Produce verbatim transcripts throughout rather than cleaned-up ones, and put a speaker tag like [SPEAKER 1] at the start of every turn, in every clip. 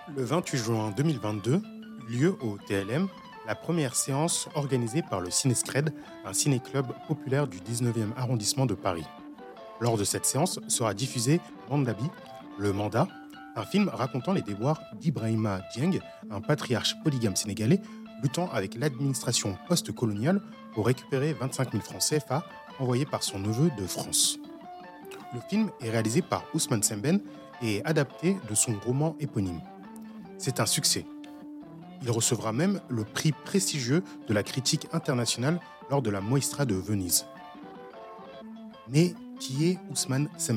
[SPEAKER 1] Le vingt-huit juin deux mille vingt-deux, lieu au T L M, la première séance organisée par le Cinescred, un ciné-club populaire du dix-neuvième arrondissement de Paris. Lors de cette séance sera diffusé Mandabi, le mandat, un film racontant les déboires d'Ibrahima Dieng, un patriarche polygame sénégalais luttant avec l'administration post-coloniale pour récupérer vingt-cinq mille francs C F A envoyés par son neveu de France. Le film est réalisé par Ousmane Sembène et adapté de son roman éponyme. C'est un succès. Il recevra même le prix prestigieux de la critique internationale lors de la Mostra de Venise. Mais qui est Ousmane Sembène ?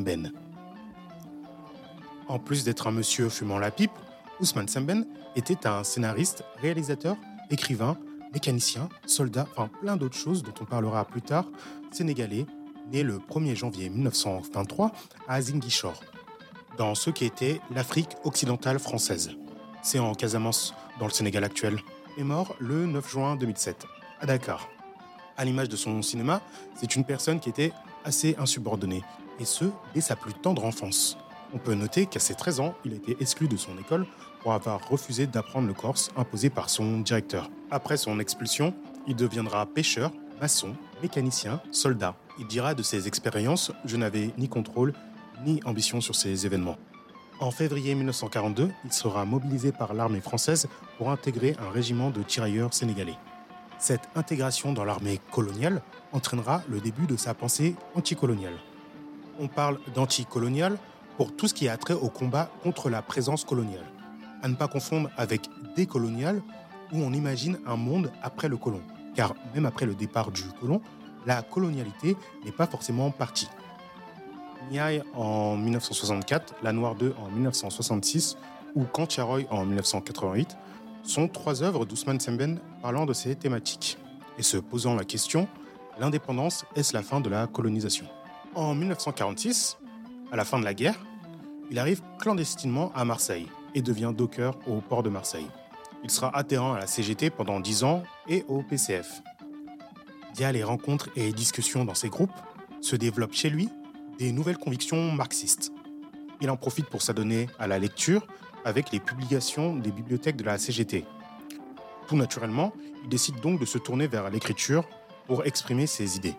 [SPEAKER 1] En plus d'être un monsieur fumant la pipe, Ousmane Sembène était un scénariste, réalisateur, écrivain, mécanicien, soldat, enfin plein d'autres choses dont on parlera plus tard, sénégalais, né le premier janvier mille neuf cent vingt-trois à Ziguinchor, dans ce qui était l'Afrique occidentale française. C'est en Casamance, dans le Sénégal actuel, est mort le neuf juin deux mille sept, à Dakar. À l'image de son cinéma, c'est une personne qui était assez insubordonnée, et ce, dès sa plus tendre enfance. On peut noter qu'à ses treize ans, il a été exclu de son école pour avoir refusé d'apprendre le corse imposé par son directeur. Après son expulsion, il deviendra pêcheur, maçon, mécanicien, soldat. Il dira de ses expériences « Je n'avais ni contrôle, ni ambition sur ces événements ». En février mille neuf cent quarante-deux, il sera mobilisé par l'armée française pour intégrer un régiment de tirailleurs sénégalais. Cette intégration dans l'armée coloniale entraînera le début de sa pensée anticoloniale. On parle d'anticolonial pour tout ce qui a trait au combat contre la présence coloniale. À ne pas confondre avec décolonial, où on imagine un monde après le colon. Car même après le départ du colon, la colonialité n'est pas forcément partie. Niaï en dix-neuf cent soixante-quatre, La Noire deux en dix-neuf cent soixante-six ou Kantiaroy en dix-neuf cent quatre-vingt-huit sont trois œuvres d'Ousmane Sembène parlant de ces thématiques et se posant la question « L'indépendance, est-ce la fin de la colonisation ?» En dix-neuf cent quarante-six, à la fin de la guerre, il arrive clandestinement à Marseille et devient docker au port de Marseille. Il sera adhérent à la C G T pendant dix ans et au P C F. Via les rencontres et discussions dans ces groupes, se développent chez lui des nouvelles convictions marxistes. Il en profite pour s'adonner à la lecture avec les publications des bibliothèques de la C G T. Tout naturellement, il décide donc de se tourner vers l'écriture pour exprimer ses idées.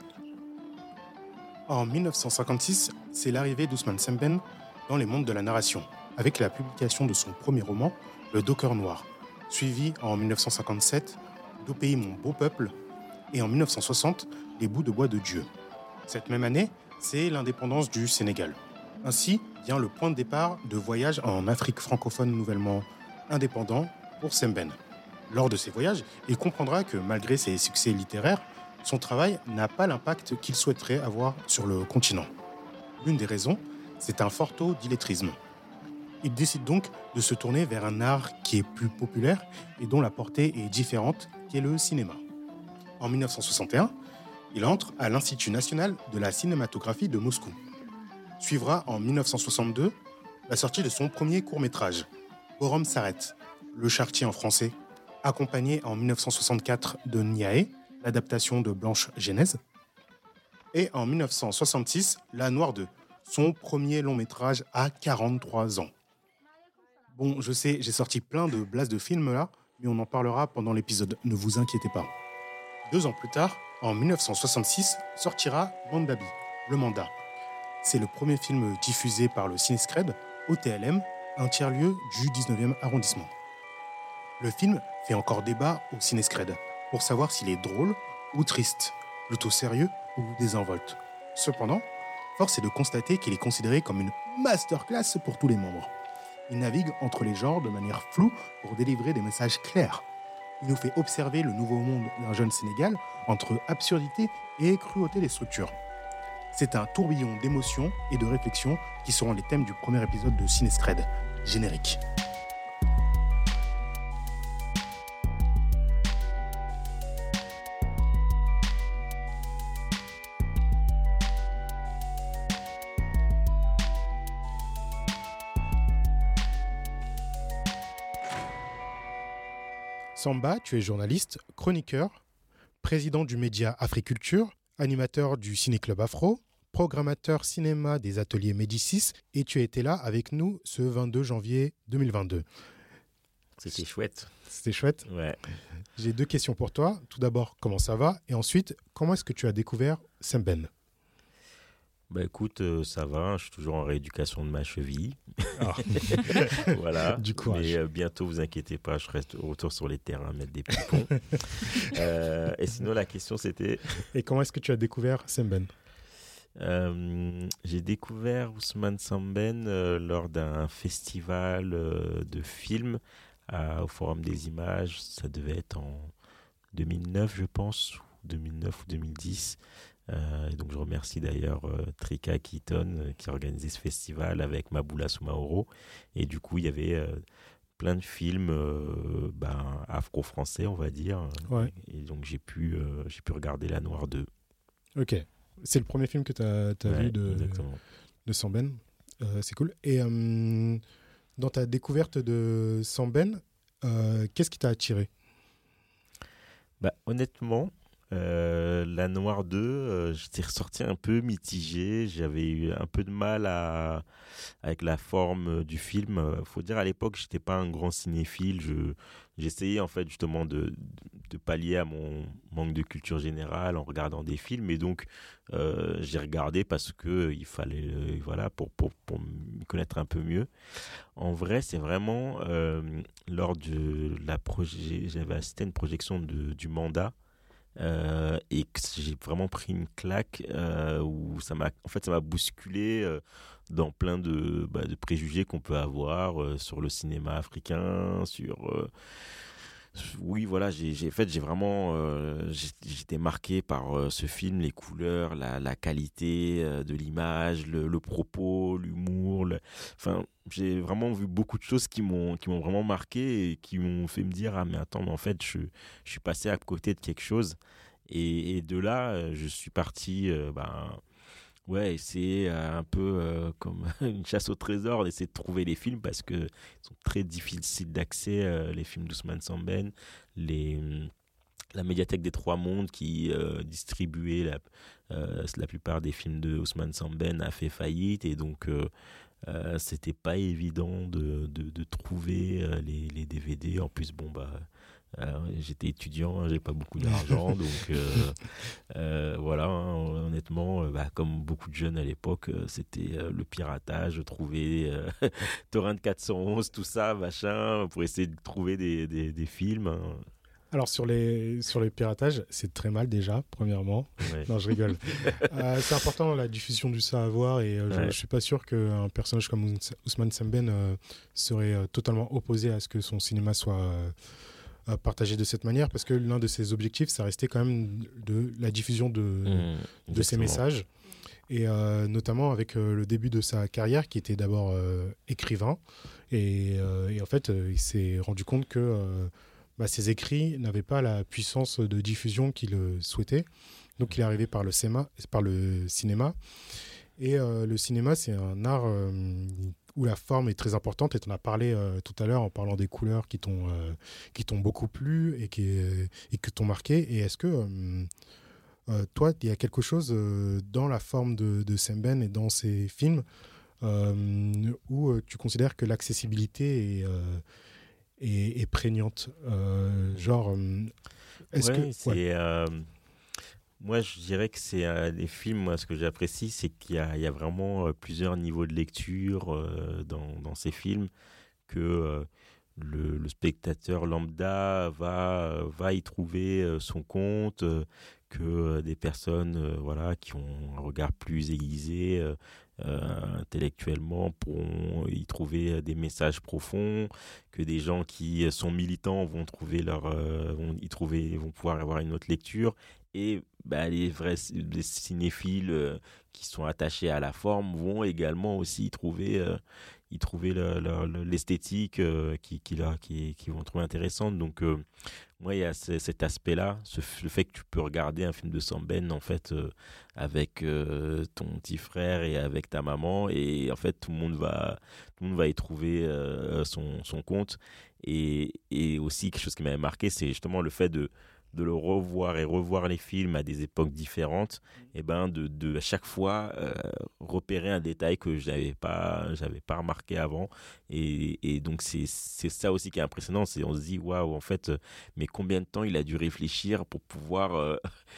[SPEAKER 1] En dix-neuf cent cinquante-six, c'est l'arrivée d'Ousmane Sembène dans les mondes de la narration, avec la publication de son premier roman, Le Docker Noir, suivi en dix-neuf cent cinquante-sept d'Au pays mon beau peuple et en dix-neuf cent soixante, Les bouts de bois de Dieu. Cette même année, c'est l'indépendance du Sénégal. Ainsi vient le point de départ de voyages en Afrique francophone nouvellement indépendant pour Sembène. Lors de ces voyages, il comprendra que malgré ses succès littéraires, son travail n'a pas l'impact qu'il souhaiterait avoir sur le continent. L'une des raisons, c'est un fort taux d'illettrisme. Il décide donc de se tourner vers un art qui est plus populaire et dont la portée est différente, qui est le cinéma. En dix-neuf cent soixante et un, il entre à l'Institut national de la cinématographie de Moscou. Suivra en dix-neuf cent soixante-deux la sortie de son premier court-métrage, Borom s'arrête, Le Chartier en français, accompagné en dix-neuf cent soixante-quatre de Niaï, l'adaptation de Blanche Genèse, et en dix-neuf cent soixante-six, La Noire deux, son premier long-métrage à quarante-trois ans. Bon, je sais, j'ai sorti plein de blases de films là, mais on en parlera pendant l'épisode, ne vous inquiétez pas. Deux ans plus tard, en dix-neuf cent soixante-six, sortira Mandabi, le mandat. C'est le premier film diffusé par le Cinescred au T L M, un tiers-lieu du dix-neuvième arrondissement. Le film fait encore débat au Cinescred pour savoir s'il est drôle ou triste, plutôt sérieux ou désinvolte. Cependant, force est de constater qu'il est considéré comme une masterclass pour tous les membres. Il navigue entre les genres de manière floue pour délivrer des messages clairs. Il nous fait observer le nouveau monde d'un jeune Sénégal entre absurdité et cruauté des structures. C'est un tourbillon d'émotions et de réflexions qui seront les thèmes du premier épisode de Cinescred, générique. Samba, tu es journaliste, chroniqueur, président du média Africulture, animateur du Ciné-Club Afro, programmateur cinéma des ateliers Médicis et tu étais là avec nous ce vingt-deux janvier deux mille vingt-deux.
[SPEAKER 2] C'était chouette.
[SPEAKER 1] C'était chouette.
[SPEAKER 2] Ouais.
[SPEAKER 1] J'ai deux questions pour toi. Tout d'abord, comment ça va? Et ensuite, comment est-ce que tu as découvert Semben?
[SPEAKER 2] Bah écoute, euh, ça va, je suis toujours en rééducation de ma cheville.
[SPEAKER 1] Ah.
[SPEAKER 2] Voilà.
[SPEAKER 1] Du courage.
[SPEAKER 2] Mais euh, bientôt, vous inquiétez pas, je reste au retour sur les terrains, mettre des pimpons. euh, et sinon, la question c'était...
[SPEAKER 1] Et comment est-ce que tu as découvert Semben?
[SPEAKER 2] Euh, j'ai découvert Ousmane Sembène euh, lors d'un festival euh, de films à- au Forum des Images. Ça devait être en deux mille neuf, je pense, ou deux mille neuf ou deux mille dix. Euh, et donc je remercie d'ailleurs euh, Trika Keaton euh, qui a organisé ce festival avec Maboula Soumaoro. Et du coup, il y avait euh, plein de films euh, ben, afro-français, on va dire.
[SPEAKER 1] Ouais.
[SPEAKER 2] Et donc j'ai pu, euh, j'ai pu regarder La Noire deux.
[SPEAKER 1] Ok. C'est le premier film que tu as
[SPEAKER 2] Ouais,
[SPEAKER 1] vu de,
[SPEAKER 2] exactement.
[SPEAKER 1] de Semben. Euh, c'est cool. Et euh, dans ta découverte de Semben, euh, qu'est-ce qui t'a attiré?
[SPEAKER 2] Bah, honnêtement, euh, La Noire deux, euh, j'étais ressorti un peu mitigé. J'avais eu un peu de mal à, avec la forme du film. Euh, faut dire, à l'époque, j'étais pas un grand cinéphile. Je, j'essayais en fait justement de, de pallier à mon manque de culture générale en regardant des films. Et donc, euh, j'ai regardé parce que il fallait, euh, voilà, pour, pour, pour me connaître un peu mieux. En vrai, c'est vraiment euh, lors de la projet, j'avais assisté à une projection de, du Mandat. Euh, et que j'ai vraiment pris une claque euh, où ça m'a, en fait, ça m'a bousculé euh, dans plein de, bah, de préjugés qu'on peut avoir euh, sur le cinéma africain, sur euh, oui, voilà, j'ai, j'ai, en fait, j'ai vraiment, euh, j'ai- j'étais marqué par euh, ce film, les couleurs, la, la qualité euh, de l'image, le, le propos, l'humour. Le... Enfin, j'ai vraiment vu beaucoup de choses qui m'ont, qui m'ont vraiment marqué et qui m'ont fait me dire, ah mais attends, mais en fait, je, je suis passé à côté de quelque chose. Et, et de là, euh, je suis parti, euh, ben, ouais, essayer euh, un peu euh, comme une chasse au trésor, d'essayer de trouver les films parce que ils sont très difficiles d'accès, euh, les films d'Ousmane Sembène, les hum, la médiathèque des Trois Mondes qui euh, distribuait la, euh, la plupart des films de Ousmane Sembène a fait faillite et donc euh, euh, c'était pas évident de, de, de trouver euh, les, les D V D. En plus, bon bah euh, j'étais étudiant, j'ai pas beaucoup d'argent, donc euh, euh, voilà, hein, honnêtement, euh, bah, comme beaucoup de jeunes à l'époque, euh, c'était euh, le piratage, trouver euh, Torrent quatre cent onze, tout ça, machin, pour essayer de trouver des, des, des films. Hein.
[SPEAKER 1] Alors sur les, sur les piratages, c'est très mal déjà, premièrement.
[SPEAKER 2] Ouais.
[SPEAKER 1] Non, je rigole. Euh, c'est important la diffusion du savoir et euh, je,
[SPEAKER 2] Ouais.
[SPEAKER 1] je suis pas sûr qu'un personnage comme Ous- Ousmane Sembène euh, serait euh, totalement opposé à ce que son cinéma soit euh, euh, partagé de cette manière parce que l'un de ses objectifs, ça restait quand même de la diffusion de,
[SPEAKER 2] Mmh,
[SPEAKER 1] de ses
[SPEAKER 2] exactement.
[SPEAKER 1] messages et euh, notamment avec euh, le début de sa carrière qui était d'abord euh, écrivain et, euh, et en fait euh, il s'est rendu compte que euh, bah, ses écrits n'avaient pas la puissance de diffusion qu'il euh, souhaitait. Donc il est arrivé par le, cinéma, par le cinéma. Et euh, le cinéma, c'est un art euh, où la forme est très importante. Et tu en as parlé euh, tout à l'heure en parlant des couleurs qui t'ont, euh, qui t'ont beaucoup plu et, qui, euh, et que t'ont marqué. Et est-ce que euh, euh, toi, il y a quelque chose euh, dans la forme de, de Semben et dans ses films euh, où euh, tu considères que l'accessibilité est... Euh, est, est prégnante. Euh, genre, euh, est-ce
[SPEAKER 2] Ouais,
[SPEAKER 1] que
[SPEAKER 2] c'est,
[SPEAKER 1] ouais.
[SPEAKER 2] euh, moi, je dirais que c'est euh, des films, moi, ce que j'apprécie, c'est qu'il y a, il y a vraiment euh, plusieurs niveaux de lecture euh, dans, dans ces films, que euh, le, le spectateur lambda va, va y trouver euh, son compte, euh, que euh, des personnes euh, voilà, qui ont un regard plus aiguisé euh, euh, intellectuellement pourront y trouver euh, des messages profonds, que des gens qui euh, sont militants vont trouver leur, euh, vont y trouver, vont pouvoir avoir une autre lecture. Et bah, les vrais les cinéphiles euh, qui sont attachés à la forme vont également aussi y trouver, euh, y trouver le, le, le, l'esthétique euh, qui, qui, là, qui, qui vont trouver intéressante. Donc, euh, moi, il y a ce, cet aspect-là, ce, le fait que tu peux regarder un film de Sembène, en fait, euh, avec euh, ton petit frère et avec ta maman, et en fait, tout le monde va, tout le monde va y trouver euh, son, son compte. Et, et aussi, quelque chose qui m'avait marqué, c'est justement le fait de de le revoir et revoir les films à des époques différentes, et ben de, de à chaque fois euh, repérer un détail que j'avais pas j'avais pas remarqué avant, et, et donc c'est c'est ça aussi qui est impressionnant, c'est on se dit waouh, en fait, mais combien de temps il a dû réfléchir pour pouvoir euh,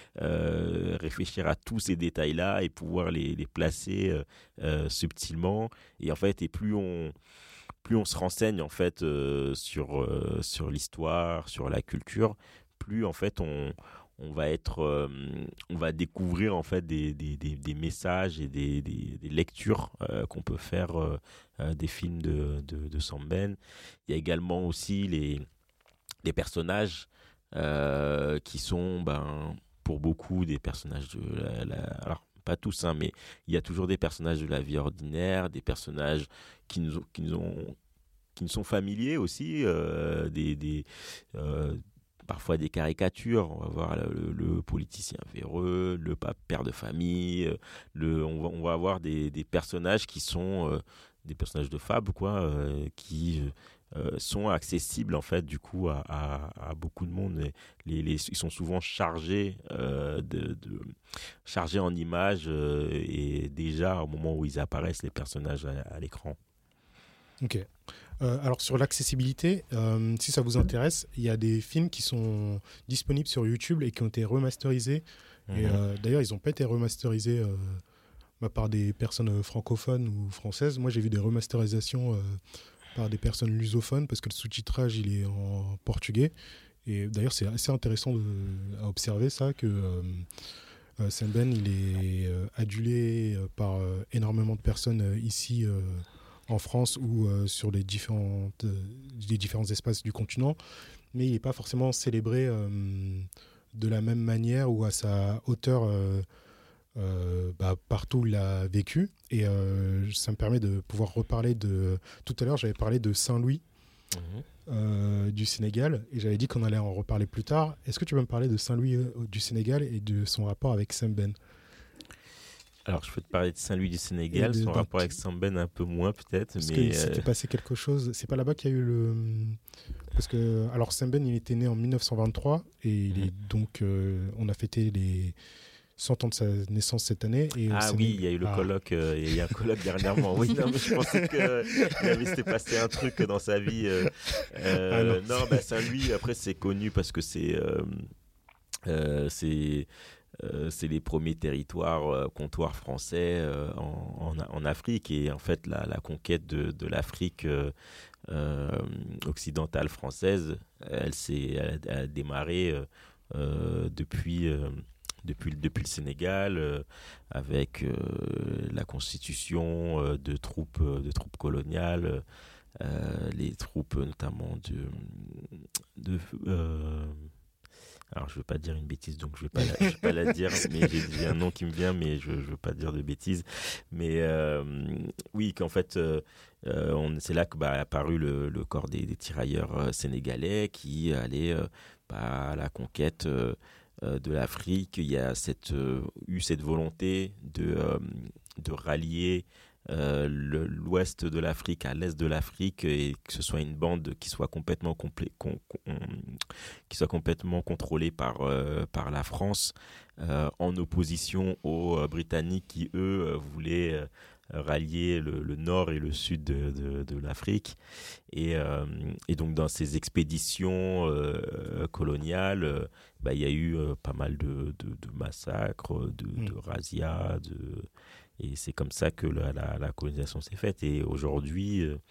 [SPEAKER 2] euh, réfléchir à tous ces détails là et pouvoir les, les placer euh, euh, subtilement. Et en fait, et plus on plus on se renseigne en fait euh, sur euh, sur l'histoire, sur la culture, plus en fait on on va être euh, on va découvrir en fait des des, des, des messages et des, des, des lectures euh, qu'on peut faire euh, euh, des films de de, de Sam Ben. Il y a également aussi les les personnages euh, qui sont ben pour beaucoup des personnages de la, la alors pas tous, hein, mais il y a toujours des personnages de la vie ordinaire, des personnages qui nous, ont- qui nous ont, qui nous sont familiers aussi, euh, des, des, euh, parfois des caricatures. On va voir le, le politicien véreux, le pa- père de famille. euh, Le, on, va, on va avoir des, des personnages qui sont euh, des personnages de fable, quoi, euh, qui euh, sont accessibles en fait du coup à, à, à beaucoup de monde. Et Les, les, ils sont souvent chargés euh, de, de chargés en images euh, et déjà au moment où ils apparaissent les personnages à, à l'écran.
[SPEAKER 1] Ok. Euh, alors sur l'accessibilité, euh, si ça vous intéresse, il y a des films qui sont disponibles sur YouTube et qui ont été remasterisés. Et
[SPEAKER 2] Mhm.
[SPEAKER 1] euh, d'ailleurs, ils n'ont pas été remasterisés euh, bah, par des personnes euh, francophones ou françaises. Moi, j'ai vu des remasterisations euh, par des personnes lusophones parce que le sous-titrage, il est en portugais. Et d'ailleurs, c'est assez intéressant de, à observer ça, que euh, euh, Sam Ben, il est euh, adulé euh, par euh, énormément de personnes euh, ici euh, en France ou euh, sur les, différentes, euh, les différents espaces du continent, mais il n'est pas forcément célébré euh, de la même manière ou à sa hauteur euh, euh, bah, partout où il a vécu. Et euh, ça me permet de pouvoir reparler de... Tout à l'heure, j'avais parlé de Saint-Louis
[SPEAKER 2] Mhm.
[SPEAKER 1] euh, du Sénégal et j'avais dit qu'on allait en reparler plus tard. Est-ce que tu peux me parler de Saint-Louis euh, du Sénégal et de son rapport avec Sam Ben
[SPEAKER 2] Alors, je peux te parler de Saint-Louis du
[SPEAKER 1] et
[SPEAKER 2] Sénégal,
[SPEAKER 1] de,
[SPEAKER 2] son
[SPEAKER 1] donc,
[SPEAKER 2] rapport avec Sam Ben un peu moins peut-être,
[SPEAKER 1] parce
[SPEAKER 2] mais
[SPEAKER 1] qu'il
[SPEAKER 2] euh,
[SPEAKER 1] s'était passé quelque chose. C'est pas là-bas qu'il y a eu le. Parce que, alors, Sam Ben, il était né en mille neuf cent vingt-trois et il
[SPEAKER 2] mhm.
[SPEAKER 1] est donc. Euh, on a fêté les cent ans de sa naissance cette année. Et au
[SPEAKER 2] Ah oui,
[SPEAKER 1] Sénégal.
[SPEAKER 2] il y a eu le
[SPEAKER 1] Ah,
[SPEAKER 2] colloque, euh, il y a un colloque dernièrement. Oui, non, mais je pensais que il avait s'était passé un truc dans sa vie. euh,
[SPEAKER 1] ah non.
[SPEAKER 2] euh, non, bah Saint-Louis, après c'est connu parce que c'est euh, euh, c'est euh, c'est les premiers territoires euh, comptoirs français euh, en, en, en Afrique, et en fait la, la conquête de, de l'Afrique euh, euh, occidentale française, elle s'est elle, a elle a démarré euh, euh, depuis euh, depuis, depuis le Sénégal, euh, avec euh, la constitution euh, de troupes, euh, de troupes coloniales, euh, les troupes notamment de... de euh, alors je ne veux pas dire une bêtise, donc je ne vais, pas la- je vais pas la dire, mais j'ai, j'ai un nom qui me vient, mais je ne veux pas dire de bêtises. Mais euh, oui, qu'en fait, euh, euh, on, c'est là que bah, est apparu le, le corps des, des tirailleurs euh, sénégalais qui allaient euh, bah, à la conquête euh, euh, de l'Afrique. Il y a cette, euh, eu cette volonté de, euh, de rallier euh, le- l'ouest de l'Afrique à l'est de l'Afrique, et que ce soit une bande qui soit complètement, complé- con- con- qui soit complètement contrôlée par, euh, par la France, euh, en opposition aux euh, Britanniques qui, eux, euh, voulaient euh, rallier le, le nord et le sud de, de, de l'Afrique. Et, euh, et donc dans ces expéditions euh, coloniales, euh, bah, il y a eu euh, pas mal de, de, de massacres, de,
[SPEAKER 1] Mm.
[SPEAKER 2] de razzias, de... et c'est comme ça que la, la, la colonisation s'est faite. Et aujourd'hui, euh,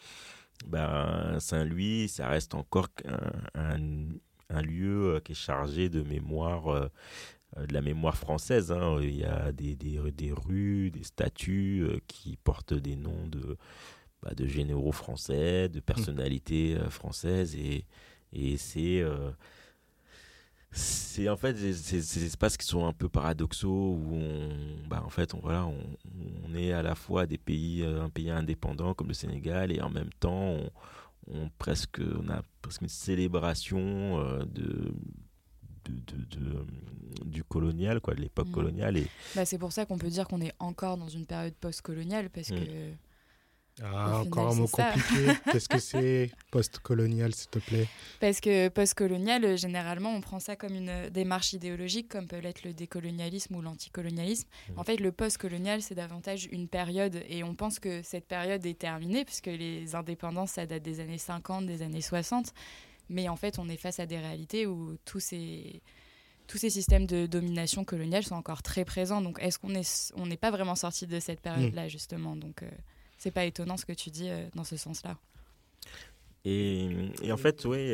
[SPEAKER 2] ben, Saint-Louis, ça reste encore un, un, un lieu euh, qui est chargé de mémoire, euh, de la mémoire française, hein. Il y a des, des, des rues, des statues euh, qui portent des noms de, bah, de généraux français, de
[SPEAKER 1] Mm.
[SPEAKER 2] personnalités euh, françaises, et, et c'est, euh, c'est en fait ces, ces- ces espaces qui sont un peu paradoxaux où on, bah, en fait on, voilà, on, on est à la fois des pays, euh, un pays indépendant comme le Sénégal, et en même temps on, on presque, on a presque une célébration euh, de, de, de, de, euh, du colonial, quoi, de l'époque
[SPEAKER 3] Mm.
[SPEAKER 2] coloniale. Et
[SPEAKER 3] Bah, c'est pour ça qu'on peut dire qu'on est encore dans une période post-coloniale, parce
[SPEAKER 2] mm,
[SPEAKER 3] que
[SPEAKER 1] Ah,
[SPEAKER 3] Au
[SPEAKER 1] encore
[SPEAKER 3] final,
[SPEAKER 1] un mot
[SPEAKER 3] c'est ça.
[SPEAKER 1] compliqué. Qu'est-ce que c'est post-colonial, s'il te plaît?
[SPEAKER 3] Parce que post-colonial, euh, généralement, on prend ça comme une euh, démarche idéologique, comme peut l'être le décolonialisme ou l'anticolonialisme.
[SPEAKER 2] Mmh.
[SPEAKER 3] En fait, le post-colonial, c'est davantage une période, et on pense que cette période est terminée, puisque les indépendances, ça date des années cinquante, des années soixante. Mais en fait, on est face à des réalités où tous ces, tous ces systèmes de domination coloniale sont encore très présents. Donc, est-ce qu'on est, on n'est pas vraiment sorti de cette période-là, justement? Donc, euh, c'est pas étonnant ce que tu dis euh, dans ce sens-là.
[SPEAKER 2] Et, et en fait, oui,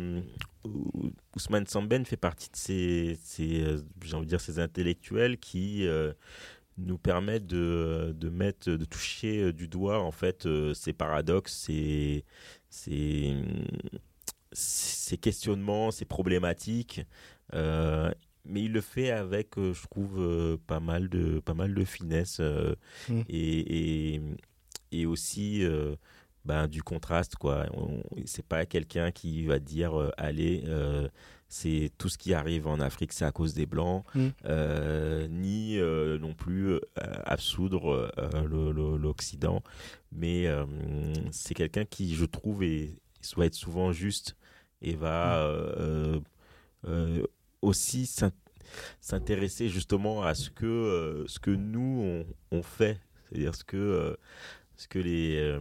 [SPEAKER 2] Ousmane Sembène fait partie de ces, ces, euh, j'ai envie de dire, ces intellectuels qui euh, nous permettent de, de mettre, de toucher du doigt en fait euh, ces paradoxes, ces, ces, ces questionnements, ces problématiques. Euh, mais il le fait avec, euh, je trouve, euh, pas mal de, pas mal de finesse euh,
[SPEAKER 1] Mm.
[SPEAKER 2] et, et, et aussi. Euh, Ben, du contraste, quoi. On, c'est pas quelqu'un qui va dire euh, allez, euh, c'est tout ce qui arrive en Afrique, c'est à cause des Blancs,
[SPEAKER 1] Mm.
[SPEAKER 2] euh, ni euh, non plus euh, absoudre euh, le, le, l'Occident. Mais euh, c'est quelqu'un qui, je trouve, est, soit être souvent juste et va euh, euh, aussi s'intéresser justement à ce que, euh, ce que nous, on, on fait. C'est-à-dire ce que. Euh, ce que les euh,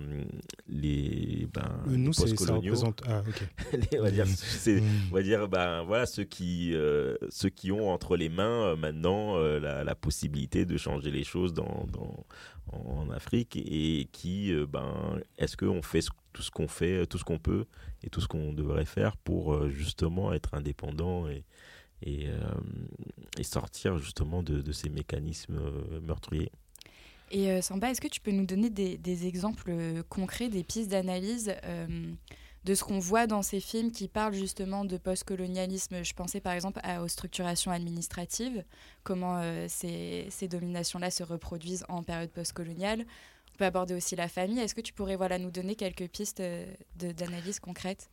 [SPEAKER 2] les ben
[SPEAKER 1] Le nous,
[SPEAKER 2] les
[SPEAKER 1] c'est, ça
[SPEAKER 2] post-coloniaux
[SPEAKER 1] représente. Ah, ok.
[SPEAKER 2] les- on va dire c'est,
[SPEAKER 1] Mm.
[SPEAKER 2] on va dire ben voilà ceux qui euh, ceux qui ont entre les mains euh, maintenant euh, la, la possibilité de changer les choses dans, dans en Afrique et qui euh, ben est-ce qu'on fait ce- tout ce qu'on fait, tout ce qu'on peut et tout ce qu'on devrait faire pour euh, justement être indépendant et et, euh, et sortir justement de, de ces mécanismes euh, meurtriers.
[SPEAKER 3] Et euh, Samba, est-ce que tu peux nous donner des, des exemples euh, concrets, des pistes d'analyse euh, de ce qu'on voit dans ces films qui parlent justement de post-colonialisme? Je pensais par exemple à, aux structurations administratives, comment euh, ces, ces dominations-là se reproduisent en période post-coloniale. On peut aborder aussi la famille. Est-ce que tu pourrais voilà, nous donner quelques pistes euh, de, d'analyse concrètes?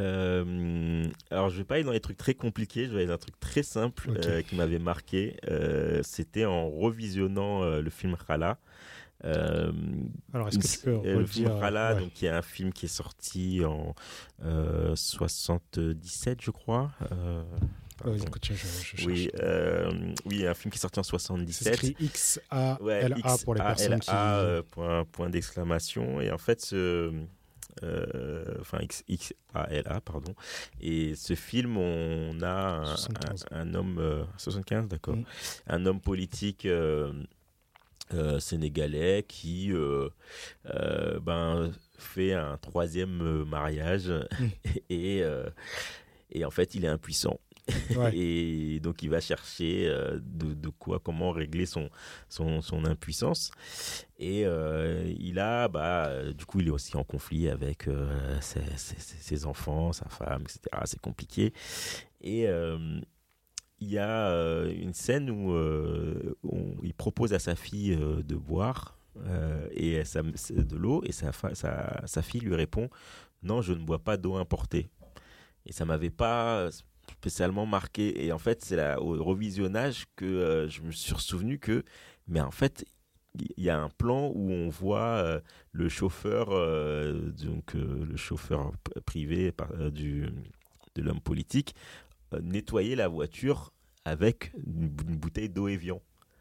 [SPEAKER 2] Euh, alors, je vais pas aller dans les trucs très compliqués, je vais aller dans un truc très simple
[SPEAKER 1] Ok.
[SPEAKER 2] euh, qui m'avait marqué. Euh, c'était en revisionnant euh, le film Khala. Euh,
[SPEAKER 1] Alors, est-ce que tu peux
[SPEAKER 2] euh, le film
[SPEAKER 1] redire,
[SPEAKER 2] Khala,
[SPEAKER 1] ouais.
[SPEAKER 2] donc qui est un film qui est sorti en euh, soixante-dix-sept, je crois. Euh,
[SPEAKER 1] Vas-y,
[SPEAKER 2] pardon.
[SPEAKER 1] continue, je, je cherche.
[SPEAKER 2] oui, euh, oui, un film qui est sorti en
[SPEAKER 1] C'est
[SPEAKER 2] soixante-dix-sept.
[SPEAKER 1] écrit X A
[SPEAKER 2] Ouais,
[SPEAKER 1] L A pour les personnes qui.
[SPEAKER 2] X A L A, euh, point, point d'exclamation. Et en fait, ce, euh, enfin X, X A L A, pardon. Et ce film, on a un,
[SPEAKER 1] soixante-quinze.
[SPEAKER 2] un, un homme euh, soixante-quinze, d'accord,
[SPEAKER 1] Mm.
[SPEAKER 2] un homme politique euh, euh, sénégalais qui euh, euh, ben fait un troisième euh, mariage
[SPEAKER 1] Mm.
[SPEAKER 2] et euh, et en fait, il est impuissant.
[SPEAKER 1] Ouais.
[SPEAKER 2] Et donc, il va chercher euh, de, de quoi, comment régler son, son, son impuissance. Et euh, il a, bah, euh, du coup, il est aussi en conflit avec euh, ses, ses, ses enfants, sa femme, et cetera. C'est compliqué. Et euh, il y a euh, une scène où, euh, où il propose à sa fille euh, de boire euh, et sa, de l'eau, et sa, sa, sa fille lui répond « Non, je ne bois pas d'eau importée ». Et ça m'avait pas spécialement marqué. Et en fait, c'est là, au revisionnage que euh, je me suis souvenu que, mais en fait, il y a un plan où on voit euh, le chauffeur, euh, donc euh, le chauffeur p- privé par, euh, du, de l'homme politique, euh, nettoyer la voiture avec une, une bouteille d'eau Evian.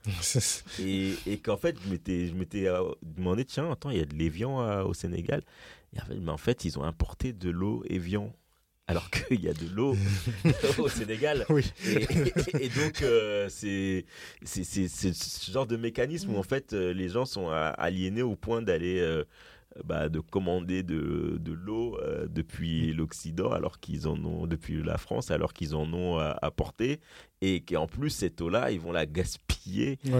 [SPEAKER 2] et, et qu'en fait, je m'étais, je m'étais euh, demandé, tiens, attends, il y a de l'Evian euh, au Sénégal. Et en fait, mais en fait, ils ont importé de l'eau Evian. Alors qu'il y a de l'eau au Sénégal.
[SPEAKER 1] Oui.
[SPEAKER 2] Et, et, et donc, euh, c'est, c'est, c'est, c'est ce genre de mécanisme où en fait, euh, les gens sont à, aliénés au point d'aller, euh, bah, de commander de, de l'eau euh, depuis l'Occident, alors qu'ils en ont, depuis la France, alors qu'ils en ont à, apporté. Et qu'en plus, cette eau-là, ils vont la gaspiller
[SPEAKER 1] Ouais.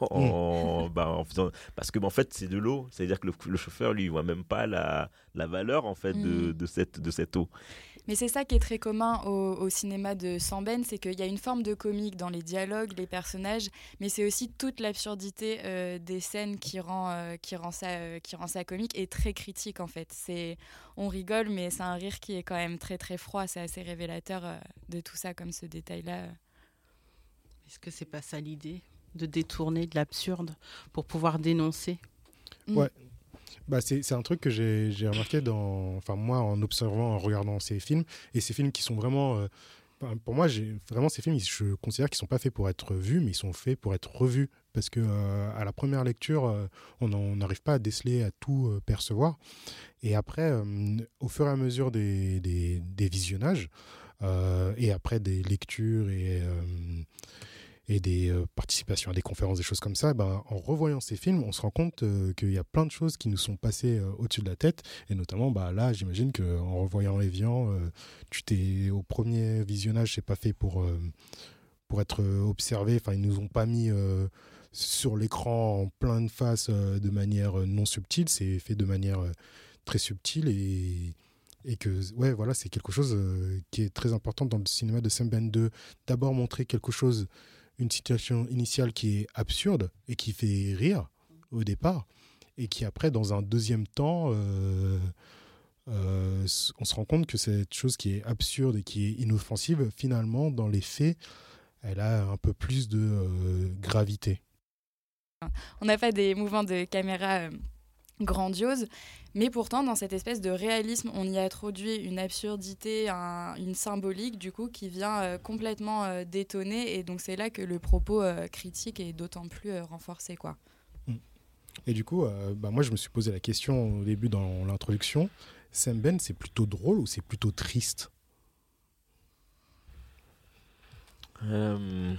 [SPEAKER 2] en, bah, en faisant. Parce que, bah, en fait, c'est de l'eau. C'est-à-dire que le, le chauffeur, lui, il voit même pas la, la valeur, en fait, de, de, cette, de cette eau.
[SPEAKER 3] Mais c'est ça qui est très commun au, au cinéma de Sembène, c'est qu'il y a une forme de comique dans les dialogues, les personnages, mais c'est aussi toute l'absurdité euh, des scènes qui rend, euh, qui, rend ça, euh, qui rend ça comique et très critique en fait. C'est, on rigole, mais c'est un rire qui est quand même très très froid, c'est assez révélateur euh, de tout ça comme ce détail-là.
[SPEAKER 4] Est-ce que c'est pas ça l'idée, de détourner de l'absurde pour pouvoir dénoncer?
[SPEAKER 1] Ouais. Bah, c'est, c'est un truc que j'ai, j'ai remarqué dans, enfin moi en observant, en regardant ces films, et ces films qui sont vraiment, euh, pour moi, j'ai, vraiment ces films, je considère qu'ils sont pas faits pour être vus, mais ils sont faits pour être revus, parce que euh, à la première lecture, euh, on n'arrive pas à déceler, à tout euh, percevoir, et après, euh, au fur et à mesure des, des, des visionnages, euh, et après des lectures et euh, et des euh, participations à des conférences, des choses comme ça, ben, en revoyant ces films, on se rend compte euh, qu'il y a plein de choses qui nous sont passées euh, au-dessus de la tête. Et notamment, bah, là, j'imagine qu'en revoyant Evian, euh, tu t'es, au premier visionnage, c'est pas fait pour, euh, pour être observé. Enfin, ils nous ont pas mis euh, sur l'écran en pleine face euh, de manière non subtile. C'est fait de manière euh, très subtile et... Et que, ouais, voilà, c'est quelque chose euh, qui est très important dans le cinéma de Sam Ben, de d'abord montrer quelque chose, une situation initiale qui est absurde et qui fait rire au départ, et qui après, dans un deuxième temps, euh, euh, on se rend compte que cette chose qui est absurde et qui est inoffensive, finalement, dans les faits, elle a un peu plus de euh, gravité.
[SPEAKER 3] On n'a pas des mouvements de caméra euh, grandioses, mais pourtant, dans cette espèce de réalisme, on y a introduit une absurdité, un, une symbolique, du coup, qui vient euh, complètement euh, détonner. Et donc, c'est là que le propos euh, critique est d'autant plus euh, renforcé, quoi.
[SPEAKER 1] Et du coup, euh, bah, moi, je me suis posé la question au début dans l'introduction. Sam Ben, c'est plutôt drôle ou c'est plutôt triste ?
[SPEAKER 2] euh...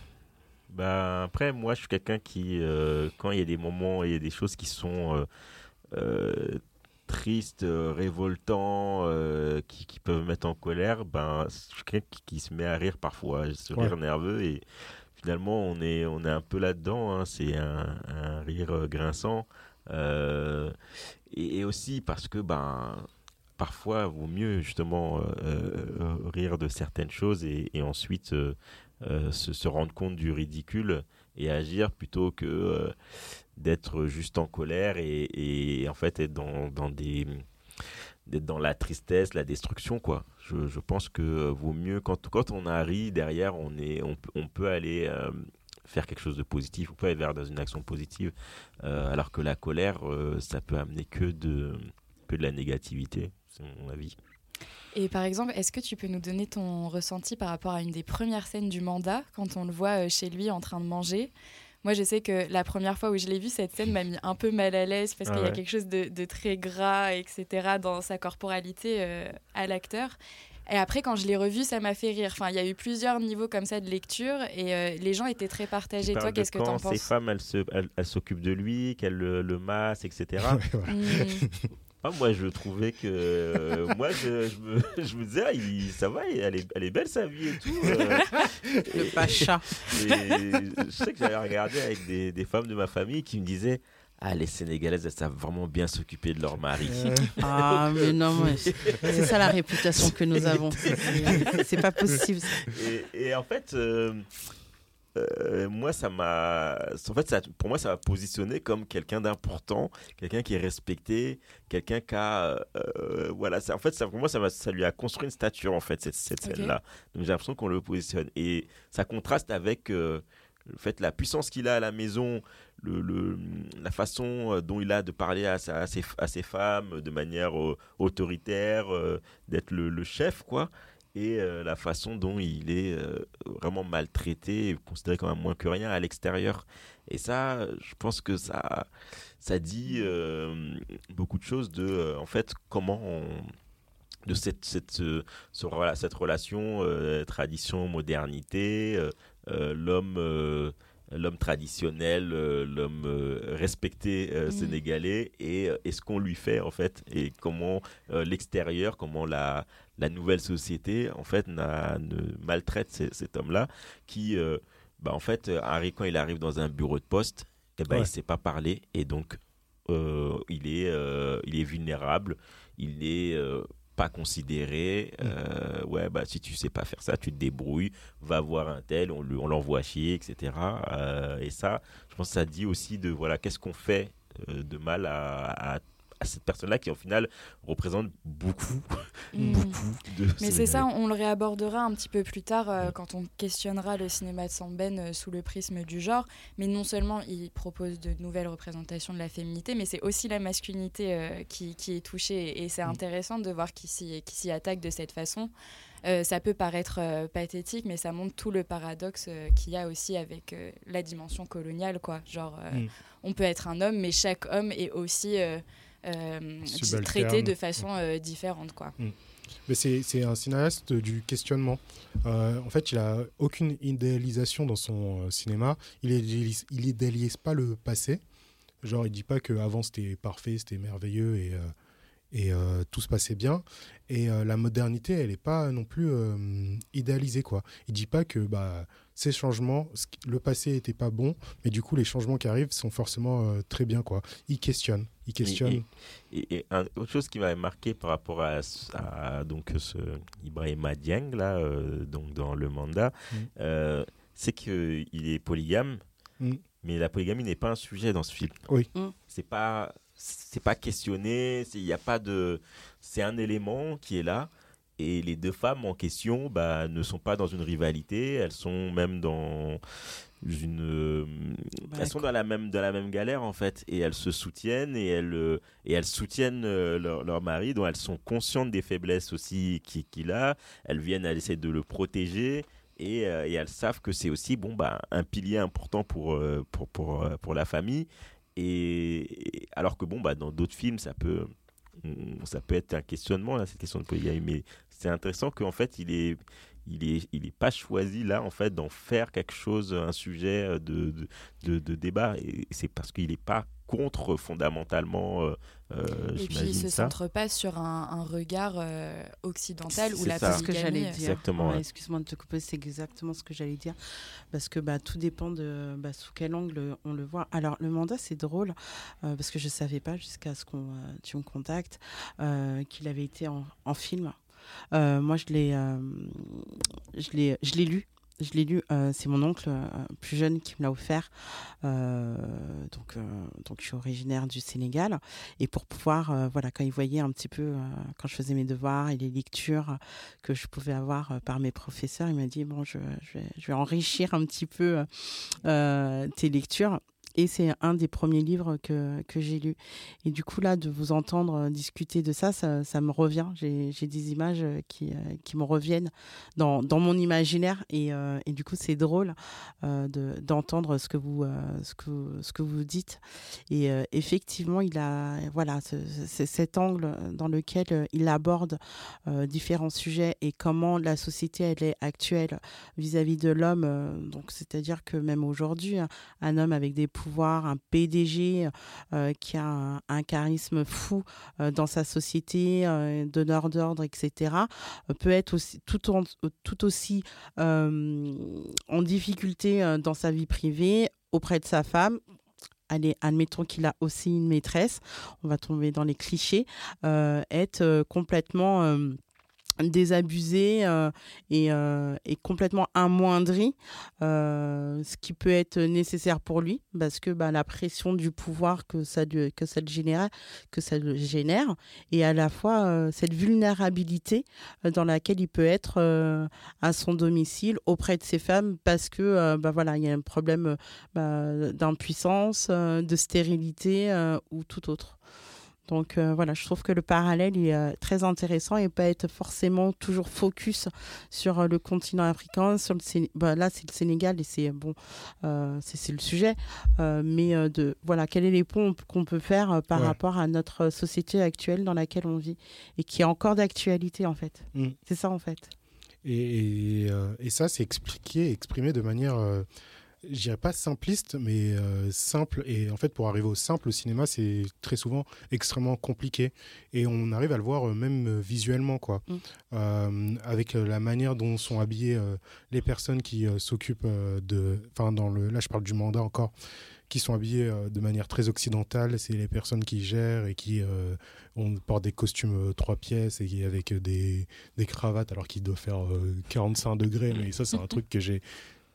[SPEAKER 2] Bah, après, moi, je suis quelqu'un qui, euh, quand il y a des moments, il y a des choses qui sont... Euh, Euh, tristes, euh, révoltants, euh, qui, qui peuvent mettre en colère, ben, je suis quelqu'un qui, qui se met à rire parfois, ce rire ouais. nerveux, et finalement on est, on est un peu là-dedans, hein, c'est un, un rire euh, grinçant, euh, et, et aussi parce que ben, parfois il vaut mieux justement euh, euh, rire de certaines choses et, et ensuite euh, euh, se, se rendre compte du ridicule et agir plutôt que euh, d'être juste en colère et, et en fait être dans, dans des d'être dans la tristesse, la destruction, quoi. Je, je pense que euh, vaut mieux quand, quand on a ri derrière, on est on, on peut aller euh, faire quelque chose de positif, on peut aller vers dans une action positive, euh, alors que la colère euh, ça peut amener que de que de la négativité, c'est mon avis.
[SPEAKER 3] Et par exemple, est-ce que tu peux nous donner ton ressenti par rapport à une des premières scènes du mandat, quand on le voit chez lui en train de manger ? Moi, je sais que la première fois où je l'ai vu, cette scène m'a mis un peu mal à l'aise parce ah qu'il ouais. y a quelque chose de, de très gras, et cetera, dans sa corporalité euh, à l'acteur. Et après, quand je l'ai revu, ça m'a fait rire. Enfin, il y a eu plusieurs niveaux comme ça de lecture et euh, les gens étaient très partagés. Toi, qu'est-ce que t'en penses ?
[SPEAKER 2] Quand ces femmes, elles, se, elles, elles s'occupent de lui, qu'elles le, le massent, et cetera. Ouais, ouais. Mmh. Ah, moi, je trouvais que... Euh, moi, je, je, me, je me disais, ah, il, ça va, elle est, elle est belle, sa vie et tout. Euh,
[SPEAKER 4] le pacha.
[SPEAKER 2] Et je sais que j'avais regardé avec des, des femmes de ma famille qui me disaient, ah, les Sénégalaises, elles savent vraiment bien s'occuper de leur mari.
[SPEAKER 4] Euh, ah, mais non, mais c'est ça la réputation que nous avons. C'est, c'est pas possible.
[SPEAKER 2] Et, et en fait... Euh, Euh, moi, ça m'a. En fait, ça, pour moi, ça m'a positionné comme quelqu'un d'important, quelqu'un qui est respecté, quelqu'un qui a. Euh, voilà, ça, en fait, ça, pour moi, ça, m'a, ça lui a construit une stature, en fait, cette, cette okay. scène-là. Donc, j'ai l'impression qu'on le positionne. Et ça contraste avec euh, le fait, la puissance qu'il a à la maison, le, le, la façon dont il a de parler à, sa, à, ses, à ses femmes de manière euh, autoritaire, euh, d'être le, le chef, quoi. Et euh, la façon dont il est euh, vraiment maltraité, considéré comme un moins que rien à l'extérieur. Et ça, je pense que ça, ça dit euh, beaucoup de choses de, euh, en fait, comment on, de cette, cette, ce, ce, cette relation euh, tradition-modernité, euh, euh, l'homme... Euh, l'homme traditionnel, euh, l'homme euh, respecté euh, mmh. sénégalais et, et ce qu'on lui fait en fait et comment euh, l'extérieur, comment la, la nouvelle société en fait n'a, ne maltraite ces, cet homme-là qui euh, bah, en fait arrive, quand il arrive dans un bureau de poste et ben, ouais. il ne sait pas parler et donc euh, il, est, euh, il est vulnérable, il est euh, pas considéré, euh, ouais, bah, si tu sais pas faire ça, tu te débrouilles, va voir un tel, on, on l'envoie chier, et cetera. Euh, et ça, je pense que ça dit aussi de, voilà, qu'est-ce qu'on fait euh, de mal à, à, à cette personne-là qui, au final, représente beaucoup,
[SPEAKER 3] Mmh.
[SPEAKER 2] beaucoup de
[SPEAKER 3] Mais c'est ça,
[SPEAKER 2] Sénégalais.
[SPEAKER 3] on le réabordera un petit peu plus tard euh, quand on questionnera le cinéma de Samben euh, sous le prisme du genre. Mais non seulement il propose de nouvelles représentations de la féminité, mais c'est aussi la masculinité euh, qui, qui est touchée. Et c'est
[SPEAKER 1] Mm.
[SPEAKER 3] intéressant de voir qu'il s'y, qu'il s'y attaque de cette façon. Euh, ça peut paraître euh, pathétique, mais ça montre tout le paradoxe euh, qu'il y a aussi avec euh, la dimension coloniale, quoi. Genre, euh,
[SPEAKER 1] Mm.
[SPEAKER 3] on peut être un homme, mais chaque homme est aussi euh, euh,
[SPEAKER 1] Subalterne.
[SPEAKER 3] traité de façon euh, différente, quoi.
[SPEAKER 1] Mais c'est, c'est un cinéaste du questionnement. Euh, en fait, il a aucune idéalisation dans son euh, cinéma. Il idéalise, il idéalise pas le passé. Genre, il dit pas qu'avant c'était parfait, c'était merveilleux et, euh, et euh, tout se passait bien. Et euh, la modernité, elle n'est pas non plus euh, idéalisée, quoi. Il dit pas que bah, ces changements, ce qui- le passé n'était pas bon, mais du coup, les changements qui arrivent sont forcément euh, très bien, quoi. Il questionne. Il questionne.
[SPEAKER 2] Et, et, et un- autre chose qui m'avait marqué par rapport à, ce- à donc ce Ibrahima Dieng là, euh, donc dans le mandat,
[SPEAKER 1] Mm.
[SPEAKER 2] euh, c'est qu'il est polygame,
[SPEAKER 1] Mm.
[SPEAKER 2] mais la polygamie n'est pas un sujet dans ce film.
[SPEAKER 1] Oui.
[SPEAKER 4] Mm.
[SPEAKER 2] C'est pas c'est pas questionné, il y a pas de c'est un élément qui est là. Et les deux femmes en question bah, ne sont pas dans une rivalité, elles sont même dans une, euh,
[SPEAKER 4] Bah,
[SPEAKER 2] elles sont dans la même dans la même galère en fait, et elles se soutiennent et elles euh, et elles soutiennent euh, leur, leur mari, dont elles sont conscientes des faiblesses aussi qu'il, qu'il a. Elles viennent, elles essaient de le protéger. Et, euh, et elles savent que c'est aussi bon, bah, un pilier important pour, euh, pour, pour, euh, pour la famille. Et, et alors que bon, bah, dans d'autres films, ça peut, on- ça peut être un questionnement, là, cette question de polygamie. Mais c'est intéressant qu'en fait, il est, il est, il est pas choisi là, en fait, d'en faire quelque chose, un sujet de, de, de, de débat. Et c'est parce qu'il n'est pas contre fondamentalement, euh, euh,
[SPEAKER 3] Et puis il
[SPEAKER 2] j'imagine
[SPEAKER 3] se
[SPEAKER 2] ça.
[SPEAKER 3] centre pas sur un, un regard euh, occidental où
[SPEAKER 2] C'est
[SPEAKER 3] la
[SPEAKER 2] ça.
[SPEAKER 4] C'est ce que
[SPEAKER 3] polygamie,
[SPEAKER 4] j'allais
[SPEAKER 3] euh,
[SPEAKER 4] dire.
[SPEAKER 2] Exactement,
[SPEAKER 4] Ouais,
[SPEAKER 2] ouais.
[SPEAKER 4] Excuse-moi de te couper, c'est exactement ce que j'allais dire. Parce que bah, tout dépend de bah, sous quel angle on le voit. Alors, le mandat, c'est drôle, euh, parce que je ne savais pas jusqu'à ce qu'on euh, tu me contactes euh, qu'il avait été en, en film. Euh, moi, je l'ai, euh, je l'ai, je l'ai lu. Je l'ai lu, euh, c'est mon oncle euh, plus jeune qui me l'a offert. Euh, donc, euh, donc, je suis originaire du Sénégal. Et pour pouvoir, euh, voilà, quand il voyait un petit peu, euh, quand je faisais mes devoirs et les lectures que je pouvais avoir euh, par mes professeurs, il m'a dit, bon, je, je, vais, je vais enrichir un petit peu euh, tes lectures. Et c'est un des premiers livres que, que j'ai lu. Et du coup, là, de vous entendre discuter de ça, ça, ça me revient. J'ai, j'ai des images qui, euh, qui me reviennent dans, dans mon imaginaire. Et, euh, et du coup, c'est drôle euh, de, d'entendre ce que, vous, euh, ce, que, ce que vous dites. Et euh, effectivement, il a voilà, ce, ce, cet angle dans lequel euh, il aborde euh, différents sujets et comment la société elle est actuelle vis-à-vis de l'homme. Euh, donc, c'est-à-dire que même aujourd'hui, un, un homme avec des pouvoirs, un P D G euh, qui a un, un charisme fou euh, dans sa société, euh, donneur d'ordre, et cetera, euh, peut être aussi, tout, en, tout aussi euh, en difficulté euh, dans sa vie privée auprès de sa femme. Allez, admettons qu'il a aussi une maîtresse, on va tomber dans les clichés, euh, être euh, complètement... Euh, désabusé euh, et, euh, et complètement amoindri, euh, ce qui peut être nécessaire pour lui parce que bah, la pression du pouvoir que ça, lui, que ça le génère, que ça le génère et à la fois euh, cette vulnérabilité euh, dans laquelle il peut être euh, à son domicile auprès de ses femmes parce que euh, bah, voilà, il y a un problème bah, d'impuissance, euh, de stérilité euh, ou tout autre. Donc euh, voilà, je trouve que le parallèle est euh, très intéressant et pas être forcément toujours focus sur euh, le continent africain. Sur le Séné- bah, là, c'est le Sénégal et c'est bon, euh, c'est, c'est le sujet. Euh, mais euh, de voilà, quels sont les ponts qu'on peut faire euh, par
[SPEAKER 1] Ouais.
[SPEAKER 4] rapport à notre société actuelle dans laquelle on vit et qui est encore d'actualité en fait.
[SPEAKER 1] Mm.
[SPEAKER 4] C'est ça en fait.
[SPEAKER 1] Et, et, euh, et ça, c'est expliqué, exprimé de manière, euh, je dirais pas simpliste, mais euh, simple. Et en fait, pour arriver au simple, au cinéma, c'est très souvent extrêmement compliqué. Et on arrive à le voir euh, même euh, visuellement, quoi.
[SPEAKER 4] Mm.
[SPEAKER 1] Euh, avec euh, la manière dont sont habillées euh, les personnes qui euh, s'occupent euh, de... Enfin, dans le, là, je parle du mandat encore, qui sont habillées euh, de manière très occidentale. C'est les personnes qui gèrent et qui euh, on porte des costumes euh, trois pièces et qui, avec euh, des, des cravates alors qu'il doit faire euh, quarante-cinq degrés. Mais ça, c'est un truc que j'ai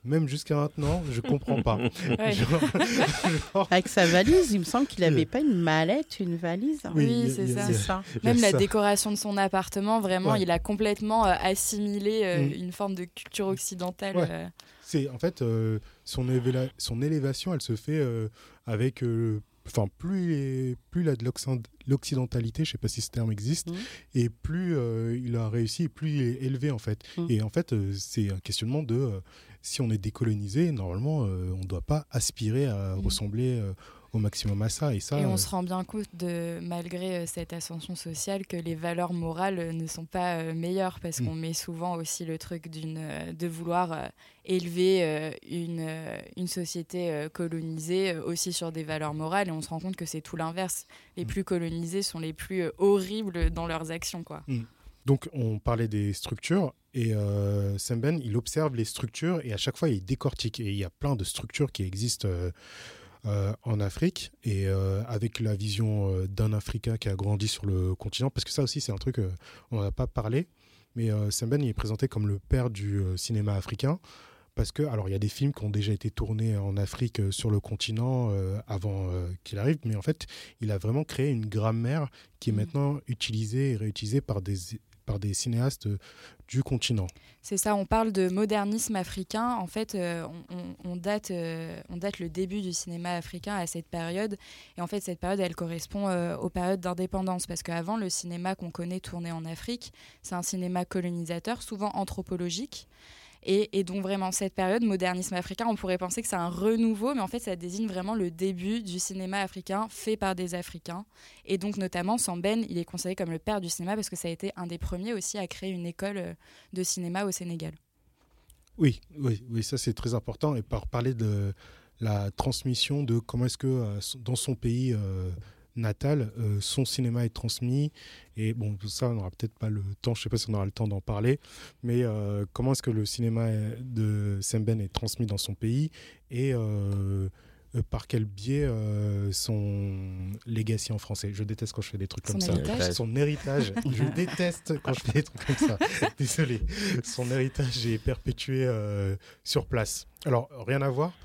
[SPEAKER 1] même jusqu'à maintenant, je comprends pas.
[SPEAKER 3] Ouais.
[SPEAKER 1] Genre- genre-
[SPEAKER 4] Avec sa valise, il me semble qu'il n'avait pas une mallette, une valise.
[SPEAKER 3] Oui,
[SPEAKER 1] il y a-
[SPEAKER 3] c'est
[SPEAKER 1] il y a-
[SPEAKER 3] ça.
[SPEAKER 1] il y a-
[SPEAKER 4] C'est ça.
[SPEAKER 1] il y a
[SPEAKER 3] Même la
[SPEAKER 1] ça.
[SPEAKER 3] décoration de son appartement, vraiment,
[SPEAKER 1] Ouais.
[SPEAKER 3] il a complètement euh, assimilé euh,
[SPEAKER 1] Mm.
[SPEAKER 3] une forme de culture occidentale.
[SPEAKER 1] Ouais.
[SPEAKER 3] euh.
[SPEAKER 1] C'est en fait euh, son, évéla- son élévation, elle se fait euh, avec, euh, enfin plus il est- plus il a de l'occiden- l'occidentalité, je sais pas si ce terme existe,
[SPEAKER 4] Mhm.
[SPEAKER 1] et plus euh, il a réussi, et plus il est élevé en fait.
[SPEAKER 4] Mhm.
[SPEAKER 1] Et en fait, euh, c'est un questionnement de euh, si on est décolonisé, normalement, euh, on ne doit pas aspirer à
[SPEAKER 3] Mhm.
[SPEAKER 1] ressembler euh, au maximum à ça. Et ça,
[SPEAKER 3] Et on
[SPEAKER 1] euh,
[SPEAKER 3] se rend bien compte, de, malgré euh, cette ascension sociale, que les valeurs morales euh, ne sont pas euh, meilleures, parce
[SPEAKER 1] Mm.
[SPEAKER 3] qu'on met souvent aussi le truc d'une, euh, de vouloir euh, élever euh, une, euh, une société euh, colonisée euh, aussi sur des valeurs morales, et on se rend compte que c'est tout l'inverse. Les
[SPEAKER 1] Mm.
[SPEAKER 3] plus colonisés sont les plus euh, horribles dans leurs actions, quoi.
[SPEAKER 1] Donc, on parlait des structures et euh, Semben, il observe les structures et à chaque fois, il décortique. Et il y a plein de structures qui existent euh, euh, en Afrique et euh, avec la vision euh, d'un Africain qui a grandi sur le continent. Parce que ça aussi, c'est un truc, euh, on n'en a pas parlé, mais euh, Semben, il est présenté comme le père du euh, cinéma africain. Parce que, alors, il y a des films qui ont déjà été tournés en Afrique euh, sur le continent euh, avant euh, qu'il arrive, mais en fait, il a vraiment créé une grammaire qui est
[SPEAKER 3] Mm.
[SPEAKER 1] maintenant utilisée et réutilisée par des, par des cinéastes euh, du continent.
[SPEAKER 3] C'est ça, on parle de modernisme africain. En fait, euh, on, on- on date, euh, on date le début du cinéma africain à cette période. Et en fait, cette période, elle correspond euh, aux périodes d'indépendance. Parce qu'avant, le cinéma qu'on connaît tourné en Afrique, c'est un cinéma colonisateur, souvent anthropologique. Et, et donc vraiment, cette période, modernisme africain, on pourrait penser que c'est un renouveau, mais en fait, ça désigne vraiment le début du cinéma africain fait par des Africains. Et donc, notamment, Semben, il est considéré comme le père du cinéma parce que ça a été un des premiers aussi à créer une école euh, de cinéma au Sénégal.
[SPEAKER 1] Oui, oui, oui, ça c'est très important. Et par parler de la transmission de comment est-ce que euh, dans son pays euh, natal, euh, son cinéma est transmis. Et bon, tout ça, on n'aura peut-être pas le temps, je ne sais pas si on aura le temps d'en parler, mais euh, comment est-ce que le cinéma de Semben est transmis dans son pays et euh, euh, par quel biais euh, son legacy en français. Je déteste quand je fais des trucs
[SPEAKER 3] Son
[SPEAKER 1] comme ça.
[SPEAKER 3] héritage.
[SPEAKER 1] Son héritage. Je déteste quand je fais des trucs comme ça. Désolé. Son héritage est perpétué euh, sur place. Alors, rien à voir.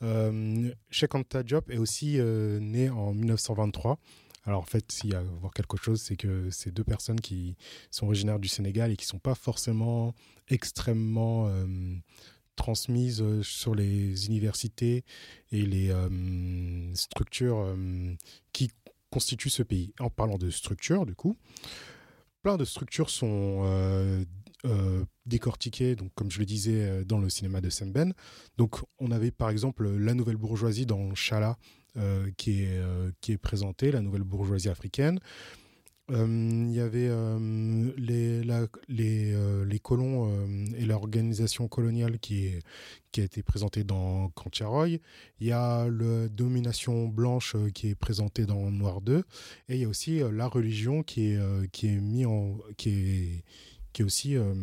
[SPEAKER 1] Euh, Cheikh Anta Diop est aussi euh, né en mille neuf cent vingt-trois. Alors en fait, s'il y a à voir quelque chose, c'est que c'est deux personnes qui sont originaires du Sénégal et qui ne sont pas forcément extrêmement euh, transmises euh, sur les universités et les euh, structures euh, qui constituent ce pays. En parlant de structures, du coup, plein de structures sont euh, euh, décortiquées, donc, comme je le disais, euh, dans le cinéma de Semben. Donc on avait par exemple la nouvelle bourgeoisie dans Chala, Euh, qui, est, euh, qui est présentée, la nouvelle bourgeoisie africaine. Euh, Il y avait euh, les, la, les, euh, les colons euh, et l'organisation coloniale qui, est, qui a été présentée dans Kantiaroy. Il y a la domination blanche euh, qui est présentée dans Noir deux. Et il y a aussi euh, la religion qui est, euh, qui est, mis en, qui est, qui est aussi euh,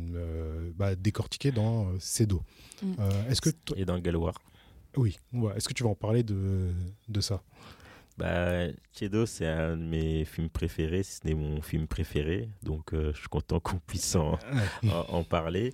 [SPEAKER 1] euh, bah, décortiquée dans euh, Cédo.
[SPEAKER 3] Mm.
[SPEAKER 1] Euh, est-ce que t-
[SPEAKER 2] Et dans Galoir.
[SPEAKER 1] oui, ouais. Est-ce que tu vas en parler de, de ça?
[SPEAKER 2] Bah, Chedo, c'est un de mes films préférés, si ce n'est mon film préféré. Donc, euh, je suis content qu'on puisse en, en, en parler.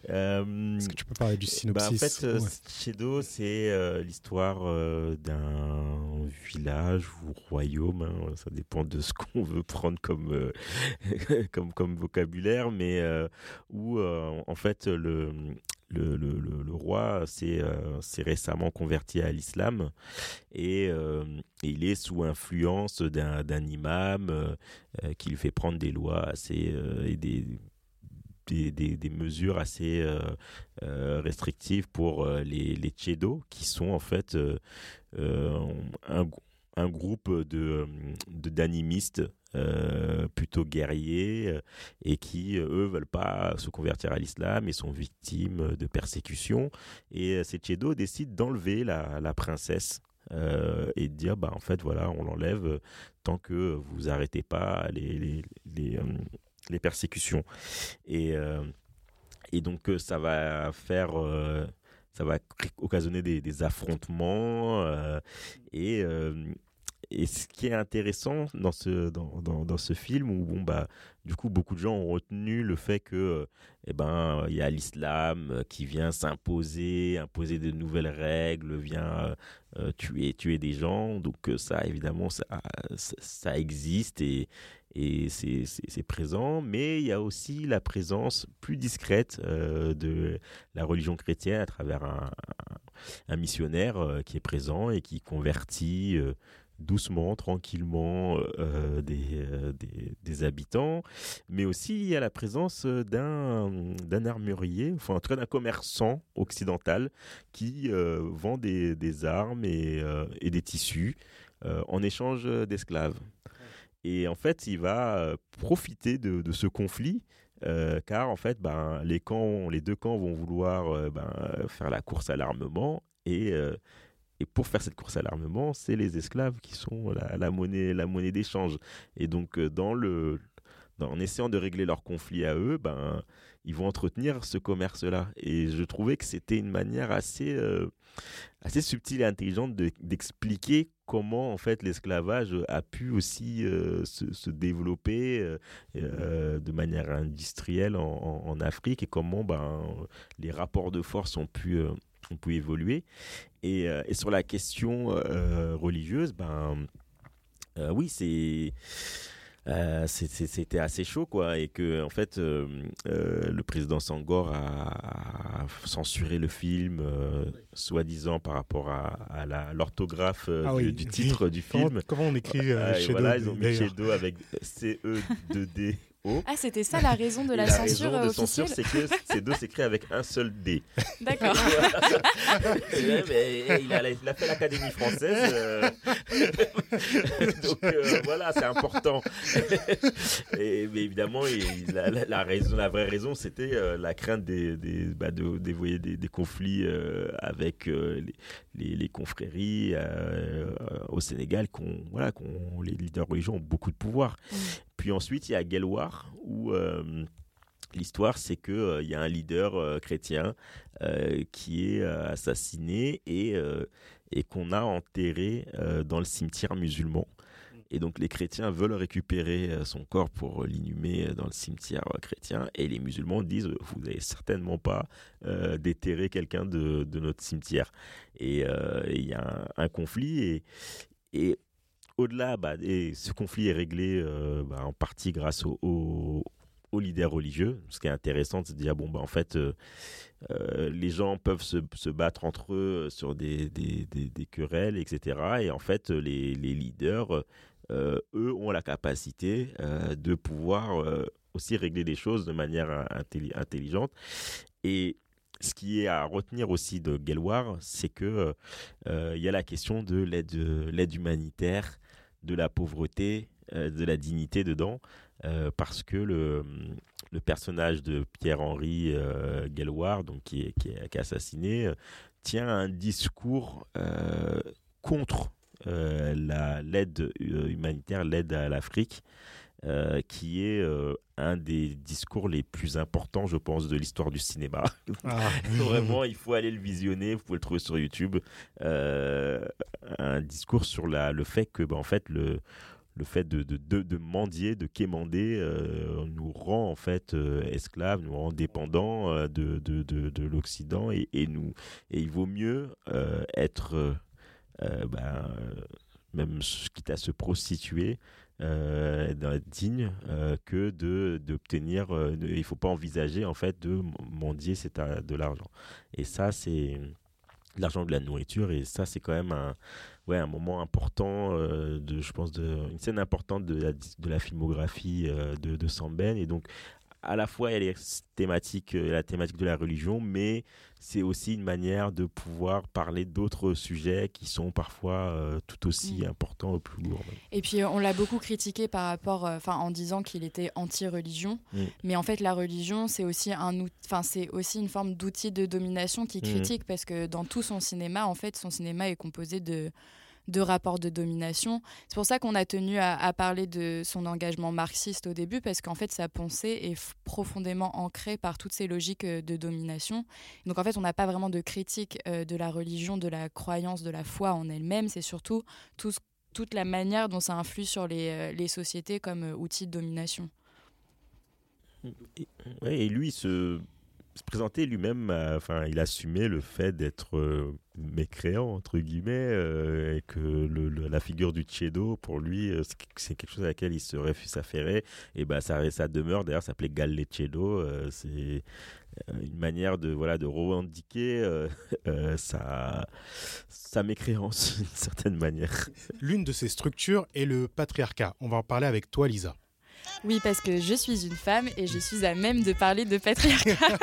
[SPEAKER 2] Euh,
[SPEAKER 1] Est-ce que tu peux parler du synopsis?
[SPEAKER 2] bah, En fait, euh,
[SPEAKER 1] Ouais.
[SPEAKER 2] Chedo, c'est euh, l'histoire euh, d'un village ou royaume. Hein, ça dépend de ce qu'on veut prendre comme, euh, comme, comme vocabulaire. Mais euh, où, euh, en fait, le... Le, le, le, le roi s'est euh, s'est récemment converti à l'islam et, euh, et il est sous influence d'un d'un imam euh, euh, qui lui fait prendre des lois assez euh, et des, des, des, des mesures assez euh, euh, restrictives pour euh, les, les Tchédos, qui sont en fait euh, euh, un, un groupe de, de d'animistes Euh, plutôt guerriers euh, et qui, euh, eux, veulent pas se convertir à l'islam et sont victimes de persécutions. Et euh, ces Tchédos décident d'enlever la, la princesse euh, et de dire, bah, en fait, voilà, on l'enlève euh, tant que vous arrêtez pas les, les, les, euh, les persécutions. Et, euh, et donc, euh, ça va faire... Euh, ça va occasionner des, des affrontements euh, et... Euh, et ce qui est intéressant dans ce, dans, dans, dans ce film, où bon, bah, du coup, beaucoup de gens ont retenu le fait que, eh ben, il y a l'islam qui vient s'imposer, imposer de nouvelles règles, vient euh, tuer, tuer des gens. Donc ça, évidemment, ça, ça, ça existe et, et c'est, c'est, c'est présent. Mais il y a aussi la présence plus discrète euh, de la religion chrétienne à travers un, un, un missionnaire euh, qui est présent et qui convertit euh, doucement, tranquillement euh, des, euh, des, des habitants, mais aussi il y a la présence d'un, d'un armurier, enfin en tout cas d'un commerçant occidental qui euh, vend des, des armes et, euh, et des tissus euh, en échange d'esclaves. Et en fait, il va profiter de, de ce conflit Euh, car en fait, ben, les camps, les deux camps vont vouloir euh, ben, faire la course à l'armement et, euh, et pour faire cette course à l'armement, c'est les esclaves qui sont la, la monnaie, la monnaie d'échange. Et donc, dans le, dans, en essayant de régler leur conflit à eux, ben, ils vont entretenir ce commerce-là. Et je trouvais que c'était une manière assez, euh, assez subtile et intelligente de, d'expliquer comment en fait l'esclavage a pu aussi euh, se, se développer euh, euh, de manière industrielle en, en, en Afrique et comment ben, les rapports de force ont pu, euh, ont pu évoluer. Et, euh, et sur la question euh, religieuse, ben, euh, oui, c'est... Euh, c'est, c'est, c'était assez chaud quoi, et que en fait euh, euh, le président Senghor a, a censuré le film euh, soi-disant par rapport à, à la, l'orthographe euh,
[SPEAKER 1] ah
[SPEAKER 2] du,
[SPEAKER 1] oui.
[SPEAKER 2] du titre du film.
[SPEAKER 1] Comment, comment on écrit euh,
[SPEAKER 2] euh,
[SPEAKER 1] Shedo,
[SPEAKER 2] voilà, ils ont mis
[SPEAKER 1] d'ailleurs.
[SPEAKER 2] Shedo avec C E deux D O.
[SPEAKER 3] Ah, c'était ça la raison de
[SPEAKER 2] Et
[SPEAKER 3] la,
[SPEAKER 2] la
[SPEAKER 3] censure
[SPEAKER 2] raison de
[SPEAKER 3] officielle.
[SPEAKER 2] censure, c'est que Shedo s'écrit avec un seul D.
[SPEAKER 3] D'accord.
[SPEAKER 2] Ouais, mais il, a, il a fait l'Académie française, euh... donc euh, voilà, c'est important. Et, mais évidemment, il, la, la, la, raison, la vraie raison, c'était euh, la crainte des, des, bah, de, des, des, des conflits euh, avec euh, les, les, les confréries euh, au Sénégal, qu'on, voilà, qu'on, les leaders religieux ont beaucoup de pouvoir. Mmh. Puis ensuite, il y a Guelwaar, où euh, l'histoire, c'est qu'il euh, y a un leader euh, chrétien euh, qui est euh, assassiné et, euh, et qu'on a enterré euh, dans le cimetière musulman. Et donc, les chrétiens veulent récupérer euh, son corps pour l'inhumer dans le cimetière euh, chrétien. Et les musulmans disent, vous n'allez certainement pas euh, déterrer quelqu'un de, de notre cimetière. Et il euh, y a un, un conflit et... et au-delà, bah, et ce conflit est réglé euh, bah, en partie grâce aux au, au leaders religieux. Ce qui est intéressant, c'est de dire, bon, bah, en fait, euh, euh, les gens peuvent se, se battre entre eux sur des, des, des, des querelles, et cetera. Et en fait, les, les leaders, euh, eux, ont la capacité euh, de pouvoir euh, aussi régler les choses de manière intelli- intelligente. Et ce qui est à retenir aussi de Guelwaar, c'est que euh, y a la question de l'aide, l'aide humanitaire, de la pauvreté, euh, de la dignité dedans, euh, parce que le, le personnage de Pierre-Henri euh, Guelwaar, donc qui est, qui est, qui est assassiné, euh, tient un discours euh, contre euh, la, l'aide humanitaire, l'aide à l'Afrique. Euh, qui est euh, un des discours les plus importants, je pense, de l'histoire du cinéma. Ah. Vraiment, il faut aller le visionner. Vous pouvez le trouver sur YouTube. Euh, un discours sur la, le fait que, bah, en fait, le le fait de de, de, de mendier, de quémander, euh, nous rend en fait euh, esclaves, nous rend dépendants euh, de, de de de l'Occident et, et nous et il vaut mieux euh, être euh, bah, même quitte à se prostituer. Euh, d'être digne euh, que de d'obtenir euh, de, il ne faut pas envisager en fait de mendier c'est à, de l'argent et ça c'est de l'argent, de la nourriture, et ça c'est quand même un ouais un moment important euh, de je pense de une scène importante de la de la filmographie euh, de de Sambène. Et donc à la fois elle est thématique euh, la thématique de la religion, mais c'est aussi une manière de pouvoir parler d'autres sujets qui sont parfois euh, tout aussi mmh. importants ou plus lourds.
[SPEAKER 3] Et puis on l'a beaucoup critiqué par rapport, enfin euh, en disant qu'il était anti-religion, mmh. mais en fait la religion c'est aussi un, enfin c'est aussi une forme d'outil de domination qu'il critique, mmh. parce que dans tout son cinéma, en fait, son cinéma est composé de de rapports de domination. C'est pour ça qu'on a tenu à, à parler de son engagement marxiste au début, parce qu'en fait sa pensée est f- profondément ancrée par toutes ces logiques de domination. Donc en fait on n'a pas vraiment de critique euh, de la religion, de la croyance, de la foi en elle-même, c'est surtout tout ce toute la manière dont ça influe sur les, les sociétés comme outil de domination.
[SPEAKER 2] Et, ouais, et lui, se, se présentait lui-même, enfin, il assumait le fait d'être euh, mécréant, entre guillemets, euh, et que le, le, la figure du Tchedo, pour lui, euh, c'est, c'est quelque chose à laquelle il se s'affairait. Et ben, sa, sa demeure, d'ailleurs, s'appelait Galle Tchedo. Euh, c'est une manière de, voilà, de revendiquer euh, euh, sa, sa mécréance, d'une certaine manière.
[SPEAKER 1] L'une de ces structures est le patriarcat. On va en parler avec toi, Lisa.
[SPEAKER 3] Oui, parce que je suis une femme et je suis à même de parler de patriarcat.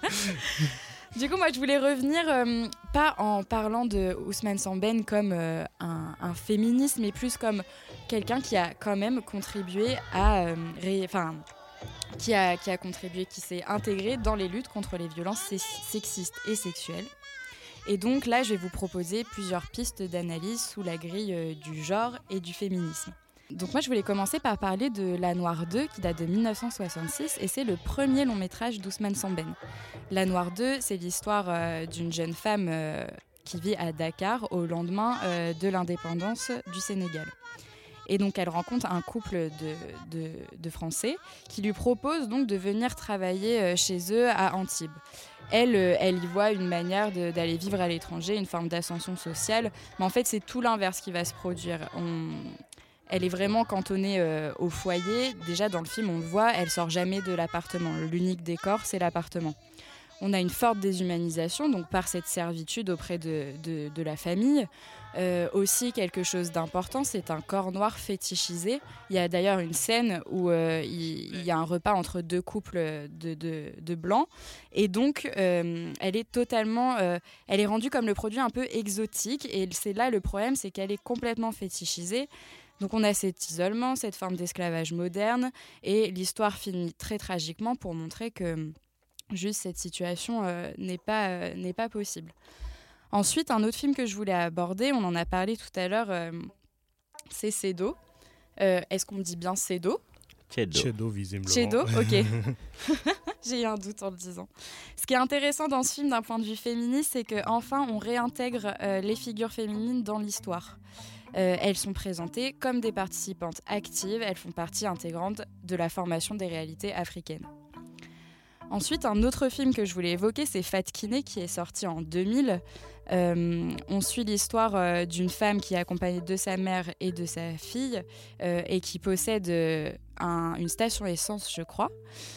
[SPEAKER 3] Du coup, moi, je voulais revenir, euh, pas en parlant de Ousmane Sembène comme euh, un, un féministe, mais plus comme quelqu'un qui a quand même contribué à... Euh, ré... enfin, qui a, qui a contribué, qui s'est intégré dans les luttes contre les violences sexistes et sexuelles. Et donc là, je vais vous proposer plusieurs pistes d'analyse sous la grille euh, du genre et du féminisme. Donc moi, je voulais commencer par parler de La Noire deux, qui date de mille neuf cent soixante-six, et c'est le premier long métrage d'Ousmane Sembène. La Noire deux, c'est l'histoire euh, d'une jeune femme euh, qui vit à Dakar au lendemain euh, de l'indépendance du Sénégal. Et donc, elle rencontre un couple de, de, de Français qui lui propose donc de venir travailler chez eux à Antibes. Elle, elle y voit une manière de, d'aller vivre à l'étranger, une forme d'ascension sociale. Mais en fait, c'est tout l'inverse qui va se produire. On... Elle est vraiment cantonnée euh, au foyer. Déjà, dans le film, on le voit, elle sort jamais de l'appartement. L'unique décor, c'est l'appartement. On a une forte déshumanisation, donc par cette servitude auprès de, de, de la famille. Euh, aussi, quelque chose d'important, c'est un corps noir fétichisé. Il y a d'ailleurs une scène où euh, il, il y a un repas entre deux couples de, de, de blancs. Et donc, euh, elle est totalement... Euh, elle est rendue comme le produit un peu exotique. Et c'est là le problème, c'est qu'elle est complètement fétichisée. Donc on a cet isolement, cette forme d'esclavage moderne. Et l'histoire finit très tragiquement pour montrer que... Juste, cette situation euh, n'est pas, euh, n'est pas possible. Ensuite, un autre film que je voulais aborder, on en a parlé tout à l'heure, euh, c'est Cedo. Euh, est-ce qu'on me dit bien Cedo ?
[SPEAKER 2] Tchedo.
[SPEAKER 1] Tchedo, visiblement.
[SPEAKER 3] Tchedo, ok. J'ai eu un doute en le disant. Ce qui est intéressant dans ce film d'un point de vue féministe, c'est qu'enfin, on réintègre euh, les figures féminines dans l'histoire. Euh, elles sont présentées comme des participantes actives, elles font partie intégrante de la formation des réalités africaines. Ensuite, un autre film que je voulais évoquer, c'est Fatkine, qui est sorti en deux mille. Euh, on suit l'histoire euh, d'une femme qui est accompagnée de sa mère et de sa fille euh, et qui possède euh, un, une station essence, je crois,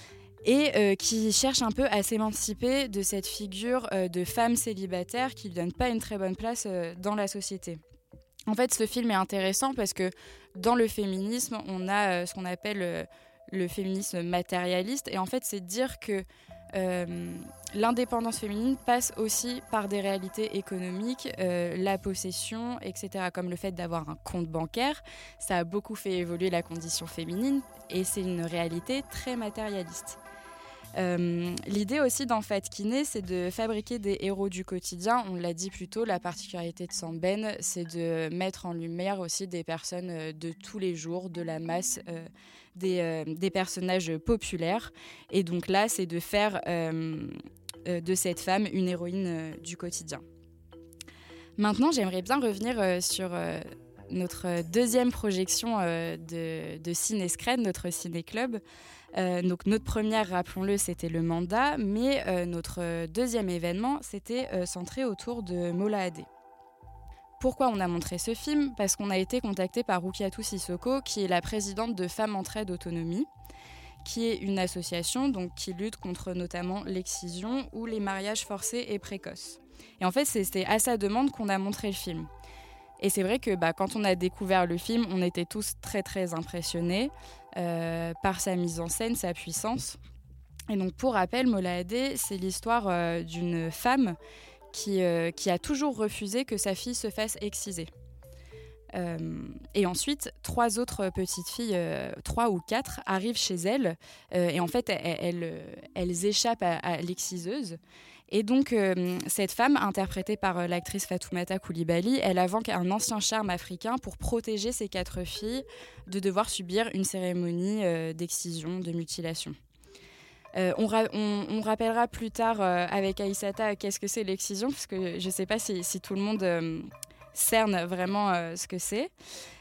[SPEAKER 3] et euh, qui cherche un peu à s'émanciper de cette figure euh, de femme célibataire qui ne lui donne pas une très bonne place euh, dans la société. En fait, ce film est intéressant parce que dans le féminisme, on a euh, ce qu'on appelle... Euh, le féminisme matérialiste, et en fait c'est dire que euh, l'indépendance féminine passe aussi par des réalités économiques, euh, la possession, et cetera, comme le fait d'avoir un compte bancaire. Ça a beaucoup fait évoluer la condition féminine et c'est une réalité très matérialiste. Euh, l'idée aussi dans Fatkine, c'est de fabriquer des héros du quotidien. On l'a dit plus tôt, la particularité de Sembène, c'est de mettre en lumière aussi des personnes de tous les jours, de la masse, euh, des, euh, des personnages populaires. Et donc là, c'est de faire euh, euh, de cette femme une héroïne euh, du quotidien. Maintenant, j'aimerais bien revenir euh, sur euh, notre deuxième projection euh, de, de Ciné Scred, notre ciné-club. Euh, donc notre première, rappelons-le, c'était le mandat, mais euh, notre deuxième événement, c'était euh, centré autour de Mola Adé. Pourquoi on a montré ce film ? Parce qu'on a été contacté par Roukiatou Sissoko, qui est la présidente de Femmes Entraide Autonomie, qui est une association donc, qui lutte contre notamment l'excision ou les mariages forcés et précoces. Et en fait, c'était à sa demande qu'on a montré le film. Et c'est vrai que bah, quand on a découvert le film, on était tous très très impressionnés euh, par sa mise en scène, sa puissance. Et donc pour rappel, Mola Adé, c'est l'histoire euh, d'une femme qui, euh, qui a toujours refusé que sa fille se fasse exciser. Euh, et ensuite, trois autres petites filles, euh, trois ou quatre, arrivent chez elle euh, et en fait, elles, elles, elles échappent à, à l'exciseuse. Et donc, euh, cette femme, interprétée par euh, l'actrice Fatoumata Coulibaly, elle invoque un ancien charme africain pour protéger ces quatre filles de devoir subir une cérémonie euh, d'excision, de mutilation. Euh, on, ra- on, on rappellera plus tard euh, avec Aïssata qu'est-ce que c'est l'excision, parce que je ne sais pas si, si tout le monde euh, cerne vraiment euh, ce que c'est.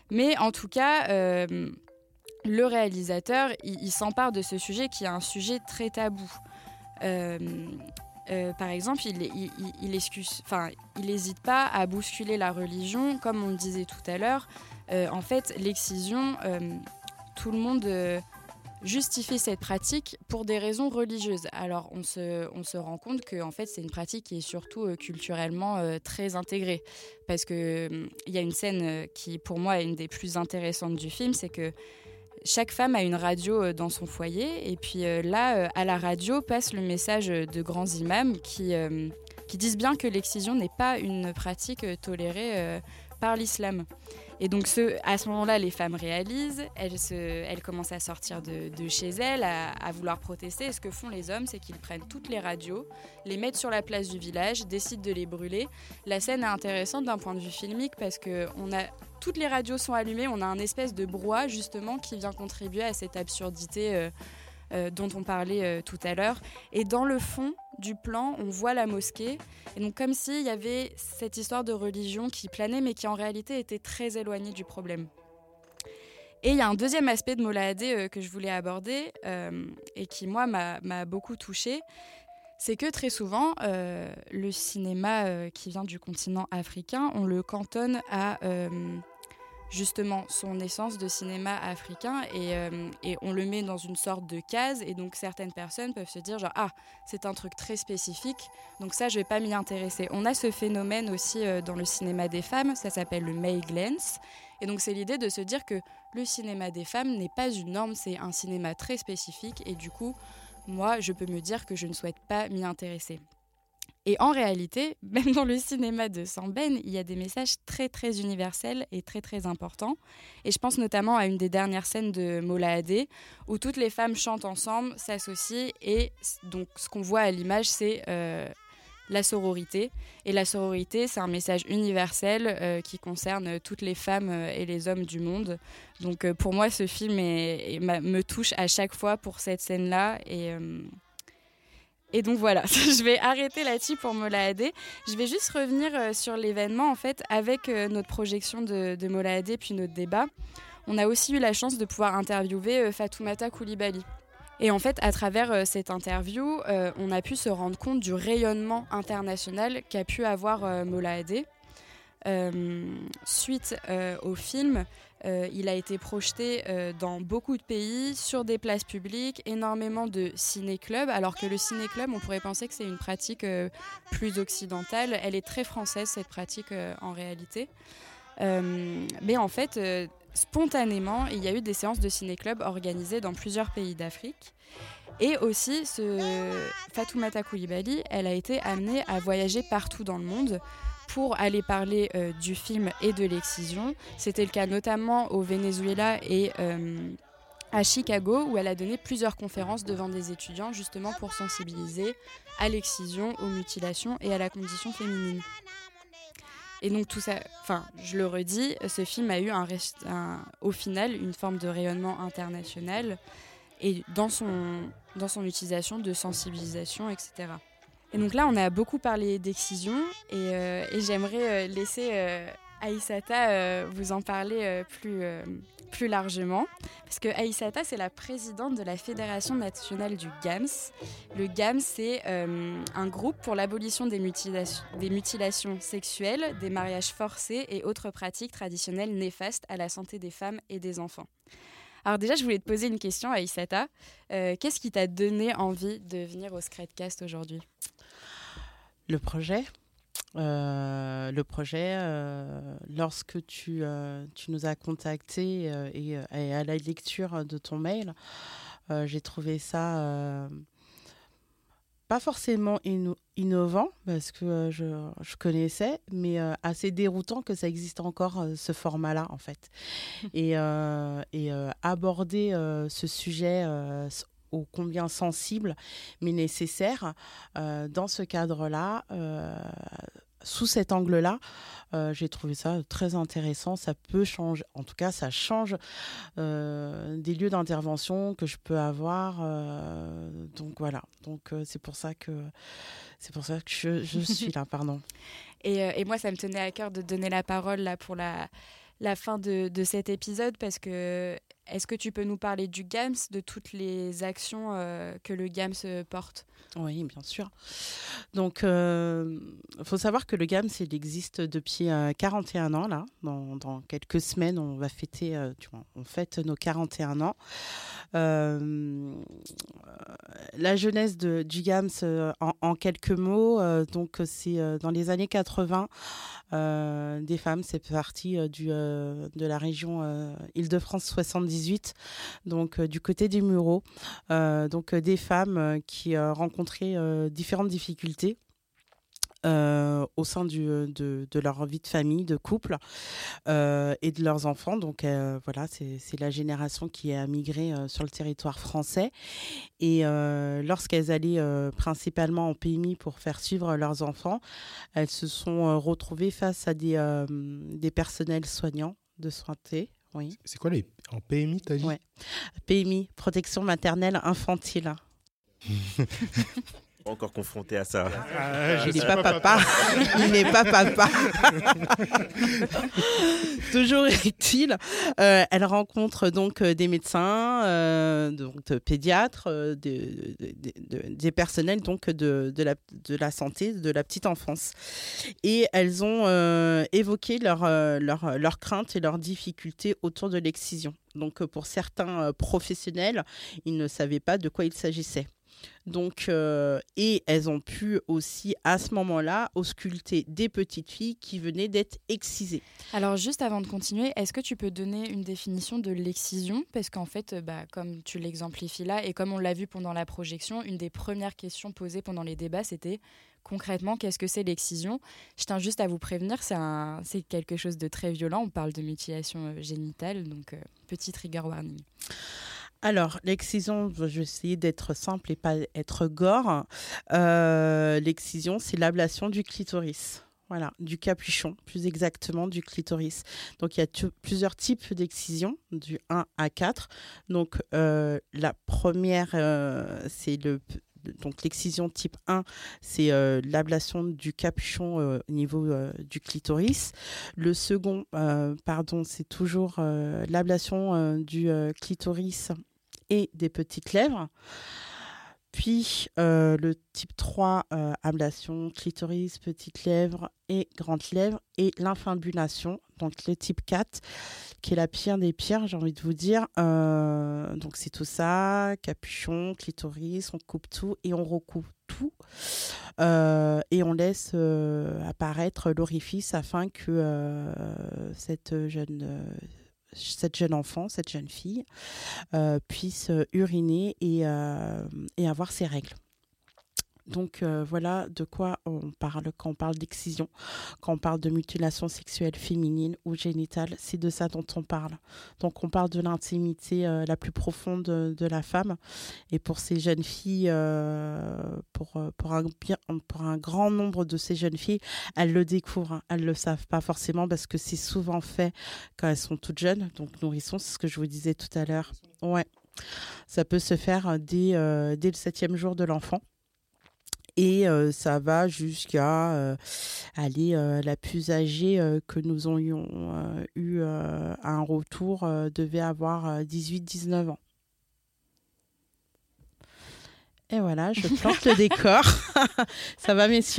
[SPEAKER 3] Mais en tout cas, euh, le réalisateur, il, il s'empare de ce sujet qui est un sujet très tabou. Euh, euh, par exemple, il il, il, il, excuse, il n'hésite pas à bousculer la religion, comme on le disait tout à l'heure. Euh, en fait, l'excision, euh, tout le monde euh, justifie cette pratique pour des raisons religieuses. Alors, on se, on se rend compte que en fait, c'est une pratique qui est surtout euh, culturellement euh, très intégrée. Parce qu'il euh, y a une scène euh, qui, pour moi, est une des plus intéressantes du film, c'est que chaque femme a une radio dans son foyer et puis euh, là, euh, à la radio, passe le message de grands imams qui, euh, qui disent bien que l'excision n'est pas une pratique euh, tolérée euh, par l'islam. Et donc ce, à ce moment-là, les femmes réalisent, elles, se, elles commencent à sortir de, de chez elles, à, à vouloir protester. Et ce que font les hommes, c'est qu'ils prennent toutes les radios, les mettent sur la place du village, décident de les brûler. La scène est intéressante d'un point de vue filmique parce que on a, toutes les radios sont allumées, on a un espèce de brouhaha justement qui vient contribuer à cette absurdité euh, euh, dont on parlait euh, tout à l'heure. Et dans le fond du plan, on voit la mosquée. Et donc comme s'il y avait cette histoire de religion qui planait, mais qui en réalité était très éloignée du problème. Et il y a un deuxième aspect de Mollaadé euh, que je voulais aborder euh, et qui, moi, m'a, m'a beaucoup touchée. C'est que très souvent, euh, le cinéma euh, qui vient du continent africain, on le cantonne à... Euh, justement son essence de cinéma africain et, euh, et on le met dans une sorte de case et donc certaines personnes peuvent se dire genre ah c'est un truc très spécifique donc ça je vais pas m'y intéresser. On a ce phénomène aussi euh, dans le cinéma des femmes, ça s'appelle le male glance et donc c'est l'idée de se dire que le cinéma des femmes n'est pas une norme, c'est un cinéma très spécifique et du coup moi je peux me dire que je ne souhaite pas m'y intéresser. Et en réalité, même dans le cinéma de Sambène, il y a des messages très très universels et très très importants. Et je pense notamment à une des dernières scènes de Mollaadé, où toutes les femmes chantent ensemble, s'associent, et donc ce qu'on voit à l'image, c'est euh, la sororité. Et la sororité, c'est un message universel euh, qui concerne toutes les femmes et les hommes du monde. Donc euh, pour moi, ce film est, est, me touche à chaque fois pour cette scène-là. Et... Euh, Et donc voilà, je vais arrêter là-dessus pour Mollaadé. Je vais juste revenir euh, sur l'événement en fait avec euh, notre projection de, de Mollaadé puis notre débat. On a aussi eu la chance de pouvoir interviewer euh, Fatoumata Coulibaly. Et en fait, à travers euh, cette interview, euh, on a pu se rendre compte du rayonnement international qu'a pu avoir euh, Mollaadé. Euh, suite euh, au film, euh, il a été projeté euh, dans beaucoup de pays, sur des places publiques, énormément de ciné-clubs, alors que le ciné-club, on pourrait penser que c'est une pratique euh, plus occidentale. Elle est très française, cette pratique, euh, en réalité. Euh, mais en fait, euh, spontanément, il y a eu des séances de ciné-club organisées dans plusieurs pays d'Afrique. Et aussi, ce... Fatoumata Coulibaly, elle a été amenée à voyager partout dans le monde pour aller parler euh, du film et de l'excision. C'était le cas notamment au Venezuela et euh, à Chicago, où elle a donné plusieurs conférences devant des étudiants, justement pour sensibiliser à l'excision, aux mutilations et à la condition féminine. Et donc tout ça, enfin, je le redis, ce film a eu un, un, au final une forme de rayonnement international et dans son, dans son utilisation de sensibilisation, et cetera. Et donc là, on a beaucoup parlé d'excision et, euh, et j'aimerais euh, laisser euh, Aïssata euh, vous en parler euh, plus, euh, plus largement. Parce que Aïssata, c'est la présidente de la Fédération nationale du G A M S. Le G A M S, c'est euh, un groupe pour l'abolition des mutilations, des mutilations sexuelles, des mariages forcés et autres pratiques traditionnelles néfastes à la santé des femmes et des enfants. Alors déjà, je voulais te poser une question, Aïssata. Euh, qu'est-ce qui t'a donné envie de venir au Scredcast aujourd'hui ?
[SPEAKER 4] Le projet, euh, le projet, euh, lorsque tu, euh, tu nous as contactés euh, et, et à la lecture de ton mail, euh, j'ai trouvé ça euh, pas forcément inno- innovant parce que euh, je, je connaissais, mais euh, assez déroutant que ça existe encore euh, ce format-là en fait. Et, euh, et euh, aborder euh, ce sujet euh, ô combien sensible, mais nécessaire. Euh, dans ce cadre-là, euh, sous cet angle-là, euh, j'ai trouvé ça très intéressant. Ça peut changer, en tout cas, ça change euh, des lieux d'intervention que je peux avoir. Euh, donc voilà. Donc euh, c'est pour ça que c'est pour ça que je, je suis là. Pardon.
[SPEAKER 3] Et, euh, et moi, ça me tenait à cœur de donner la parole là pour la la fin de, de cet épisode parce que est-ce que tu peux nous parler du GAMS, de toutes les actions euh, que le GAMS porte ?
[SPEAKER 4] Oui, bien sûr. Donc, il euh, faut savoir que le GAMS, il existe depuis euh, quarante et un ans. Là. Dans, dans quelques semaines, on va fêter, euh, tu vois, on fête nos quarante et un ans. Euh, la jeunesse de, du GAMS, euh, en, en quelques mots, euh, donc c'est euh, dans les années quatre-vingts, euh, des femmes, c'est parti euh, du, euh, de la région euh, Île-de-France soixante-dix-huit, donc euh, du côté des Mureaux, euh, donc euh, des femmes euh, qui euh, rencontraient euh, différentes difficultés. Euh, au sein du, de, de leur vie de famille, de couple euh, et de leurs enfants. Donc euh, voilà, c'est, c'est la génération qui a migré euh, sur le territoire français. Et euh, lorsqu'elles allaient euh, principalement en P M I pour faire suivre leurs enfants, elles se sont euh, retrouvées face à des, euh, des personnels soignants de santé. Oui.
[SPEAKER 1] C'est quoi les en P M I, t'as dit ?
[SPEAKER 4] Ouais. P M I, protection maternelle infantile.
[SPEAKER 2] Encore confronté à ça.
[SPEAKER 1] Ah,
[SPEAKER 4] il n'est pas papa. Il n'est pas papa. Toujours est-il, euh, elle rencontre donc euh, des médecins, euh, donc de pédiatres, euh, de, de, de, de, des personnels donc de, de, la, de la santé, de la petite enfance. Et elles ont euh, évoqué leurs euh, leur, leur craintes et leurs difficultés autour de l'excision. Donc pour certains euh, professionnels, ils ne savaient pas de quoi il s'agissait. Donc, euh, et elles ont pu aussi, à ce moment-là, ausculter des petites filles qui venaient d'être excisées.
[SPEAKER 3] Alors, juste avant de continuer, est-ce que tu peux donner une définition de l'excision ? Parce qu'en fait, bah, comme tu l'exemplifies là, et comme on l'a vu pendant la projection, une des premières questions posées pendant les débats, c'était concrètement, qu'est-ce que c'est l'excision ? Je tiens juste à vous prévenir, c'est, un, c'est quelque chose de très violent. On parle de mutilation euh, génitale, donc euh, petit trigger warning.
[SPEAKER 4] Alors, l'excision, je vais essayer d'être simple et pas être gore. Euh, l'excision, c'est l'ablation du clitoris. Voilà, du capuchon, plus exactement du clitoris. Donc, il y a t- plusieurs types d'excision, du un à quatre. Donc, euh, la première, euh, c'est le... Donc, l'excision type un, c'est euh, l'ablation du capuchon euh, au niveau euh, du clitoris. Le second, euh, pardon, c'est toujours euh, l'ablation euh, du euh, clitoris et des petites lèvres. Puis, euh, le type trois, euh, ablation, clitoris, petites lèvres et grandes lèvres. Et l'infibulation, donc le type quatre, qui est la pire des pires, j'ai envie de vous dire. Euh, donc, c'est tout ça, capuchon, clitoris, on coupe tout et on recoupe tout. Euh, et on laisse euh, apparaître l'orifice afin que euh, cette jeune... Euh, cette jeune enfant, cette jeune fille, euh, puisse uriner et, euh, et avoir ses règles. Donc euh, voilà de quoi on parle quand on parle d'excision, quand on parle de mutilation sexuelle féminine ou génitale, c'est de ça dont on parle. Donc on parle de l'intimité euh, la plus profonde de, de la femme. Et pour ces jeunes filles, euh, pour, pour, un, pour un grand nombre de ces jeunes filles, elles le découvrent, hein. Elles ne le savent pas forcément parce que c'est souvent fait quand elles sont toutes jeunes, donc nourrissons, c'est ce que je vous disais tout à l'heure. Ouais. Ça peut se faire dès, euh, dès le septième jour de l'enfant. Et euh, ça va jusqu'à euh, aller euh, la plus âgée euh, que nous aurions euh, eu euh, à un retour euh, devait avoir euh, dix-huit dix-neuf ans. Et voilà, je plante le décor. Ça va, messieurs ?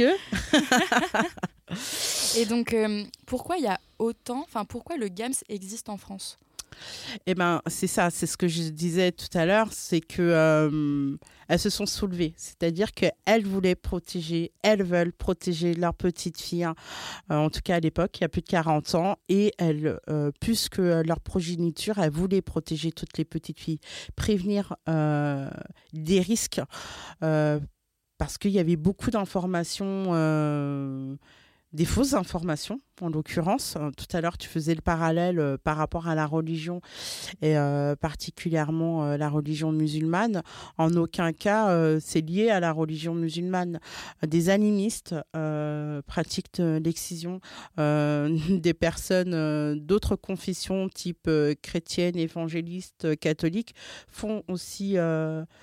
[SPEAKER 3] Et donc, euh, pourquoi il y a autant, enfin, pourquoi le GAMS existe en France ?
[SPEAKER 4] Eh ben, c'est ça, c'est ce que je disais tout à l'heure, c'est que euh, elles se sont soulevées, c'est-à-dire qu'elles voulaient protéger, elles veulent protéger leur petite fille, hein. euh, en tout cas à l'époque, il y a plus de quarante ans, et elles, euh, plus que leur progéniture, elles voulaient protéger toutes les petites filles, prévenir euh, des risques, euh, parce qu'il y avait beaucoup d'informations. Euh, Des fausses informations, en l'occurrence. Euh, tout à l'heure, tu faisais le parallèle euh, par rapport à la religion, et euh, particulièrement euh, la religion musulmane. En aucun cas, euh, c'est lié à la religion musulmane. Des animistes euh, pratiquent de l'excision. Euh, des personnes euh, d'autres confessions, type euh, chrétienne, évangéliste, catholique, font aussi... Euh,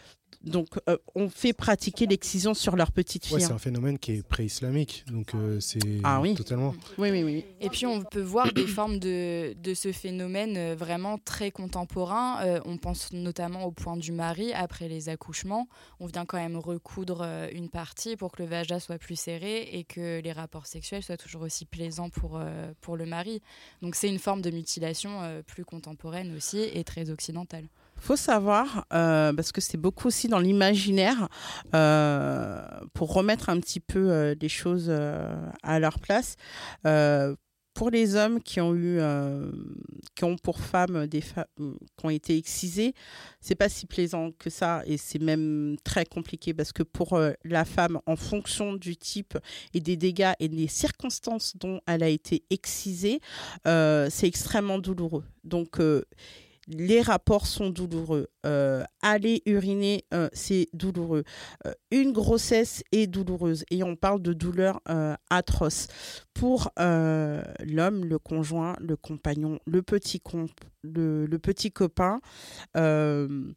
[SPEAKER 4] Donc, euh, on fait pratiquer l'excision sur leurs petites filles.
[SPEAKER 1] Ouais, c'est un phénomène qui est pré-islamique, donc euh, c'est
[SPEAKER 4] ah, oui.
[SPEAKER 1] totalement...
[SPEAKER 4] Oui, oui, oui.
[SPEAKER 3] Et puis, on peut voir des formes de, de ce phénomène euh, vraiment très contemporain. Euh, on pense notamment au point du mari après les accouchements. On vient quand même recoudre euh, une partie pour que le vagin soit plus serré et que les rapports sexuels soient toujours aussi plaisants pour, euh, pour le mari. Donc, c'est une forme de mutilation euh, plus contemporaine aussi et très occidentale.
[SPEAKER 4] Il faut savoir, euh, parce que c'est beaucoup aussi dans l'imaginaire, euh, pour remettre un petit peu euh, les choses euh, à leur place, euh, pour les hommes qui ont eu, euh, qui ont pour femmes des femmes qui ont été excisées, c'est pas si plaisant que ça et c'est même très compliqué parce que pour euh, la femme, en fonction du type et des dégâts et des circonstances dont elle a été excisée, euh, c'est extrêmement douloureux. Donc euh, les rapports sont douloureux. Euh, aller uriner, euh, c'est douloureux. Euh, une grossesse est douloureuse. Et on parle de douleurs euh, atroces. Pour euh, l'homme, le conjoint, le compagnon, le petit, comp- le, le petit copain, euh,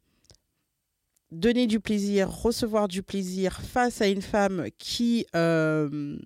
[SPEAKER 4] donner du plaisir, recevoir du plaisir face à une femme qui... Euh,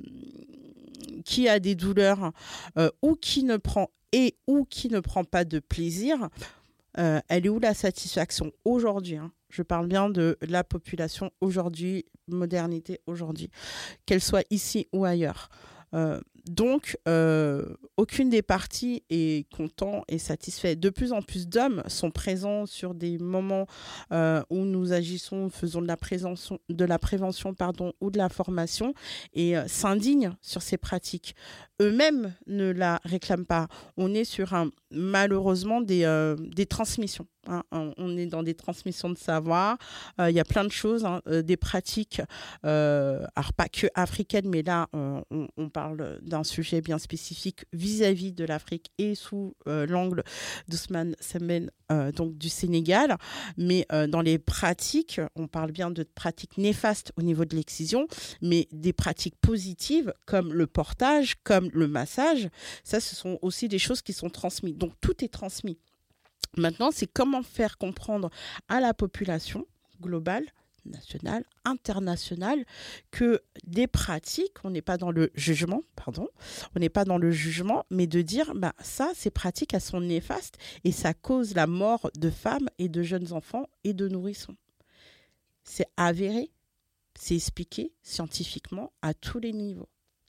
[SPEAKER 4] qui a des douleurs euh, ou qui ne prend et ou qui ne prend pas de plaisir, euh, elle est où la satisfaction aujourd'hui, hein? Je parle bien de la population aujourd'hui, modernité aujourd'hui, qu'elle soit ici ou ailleurs. Euh, donc, euh, aucune des parties est content et satisfait. De plus en plus d'hommes sont présents sur des moments euh, où nous agissons, faisons de la prévention, de la prévention pardon, ou de la formation et euh, s'indignent sur ces pratiques. Eux-mêmes ne la réclament pas. On est sur un, malheureusement des, euh, des transmissions. Hein. On est dans des transmissions de savoir. Il euh, y a plein de choses, hein, euh, des pratiques, euh, alors pas que africaines, mais là, euh, on, on parle d'un sujet bien spécifique vis-à-vis de l'Afrique et sous euh, l'angle d'Ousmane Sembène, euh, donc du Sénégal. Mais euh, dans les pratiques, on parle bien de pratiques néfastes au niveau de l'excision, mais des pratiques positives comme le portage, comme le massage, ça, ce sont aussi des choses qui sont transmises. Donc, tout est transmis. Maintenant, c'est comment faire comprendre à la population globale, nationale, internationale, que des pratiques, on n'est pas dans le jugement, pardon, on n'est pas dans le jugement, mais de dire, bah, ça, ces pratiques, elles sont néfastes et ça cause la mort de femmes et de jeunes enfants et de nourrissons. C'est avéré, c'est expliqué scientifiquement à tous les niveaux.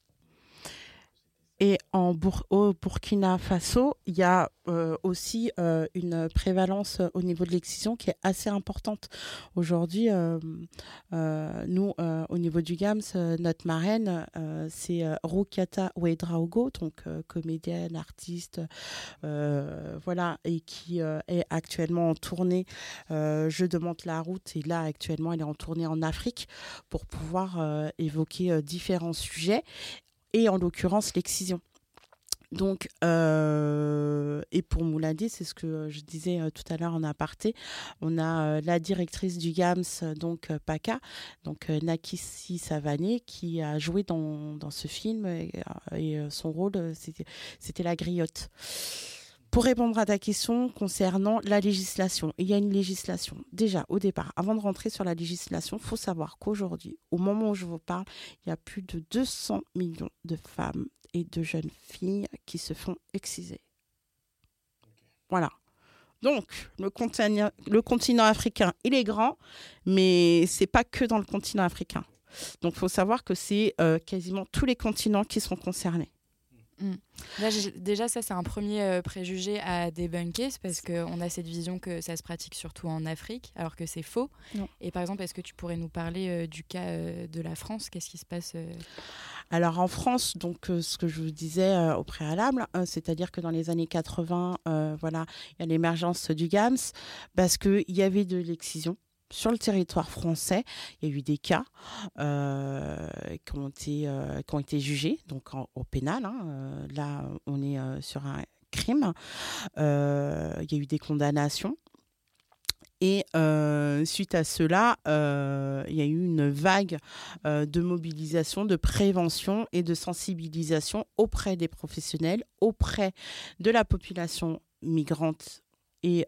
[SPEAKER 4] Et en Bour- au Burkina Faso, il y a euh, aussi euh, une prévalence au niveau de l'excision qui est assez importante. Aujourd'hui, euh, euh, nous, euh, au niveau du GAMS, euh, notre marraine, euh, c'est euh, Rukiata Ouedraogo, donc euh, comédienne, artiste, euh, voilà, et qui euh, est actuellement en tournée euh, Je demande la route. Et là, actuellement, elle est en tournée en Afrique pour pouvoir euh, évoquer euh, différents sujets. Et en l'occurrence, l'excision. Donc, euh, et pour Mouladi, c'est ce que je disais euh, tout à l'heure en aparté, on a euh, la directrice du GAMS, donc euh, PACA, donc euh, Nakissi Savané, qui a joué dans, dans ce film et, et euh, son rôle, c'était, c'était la griotte. Pour répondre à ta question concernant la législation, il y a une législation. Déjà, au départ, avant de rentrer sur la législation, il faut savoir qu'aujourd'hui, au moment où je vous parle, il y a plus de deux cents millions de femmes et de jeunes filles qui se font exciser. Voilà. Donc, le continent, le continent africain, il est grand, mais ce n'est pas que dans le continent africain. Donc, il faut savoir que c'est euh, quasiment tous les continents qui sont concernés.
[SPEAKER 3] Mmh. Là, déjà, ça, c'est un premier euh, préjugé à débunker, parce qu'on a cette vision que ça se pratique surtout en Afrique, alors que c'est faux.
[SPEAKER 4] Non.
[SPEAKER 3] Et par exemple, est-ce que tu pourrais nous parler euh, du cas euh, de la France ? Qu'est-ce qui se passe euh...
[SPEAKER 4] Alors en France, donc euh, ce que je vous disais euh, au préalable, euh, c'est-à-dire que dans les années quatre-vingts, euh, voilà, il y a l'émergence du GAMS, parce qu'il y avait de l'excision. Sur le territoire français, il y a eu des cas euh, qui, ont été, euh, qui ont été jugés, donc en, au pénal. Hein, euh, là, on est euh, sur un crime. Euh, il y a eu des condamnations. Et euh, suite à cela, euh, il y a eu une vague euh, de mobilisation, de prévention et de sensibilisation auprès des professionnels, auprès de la population migrante et,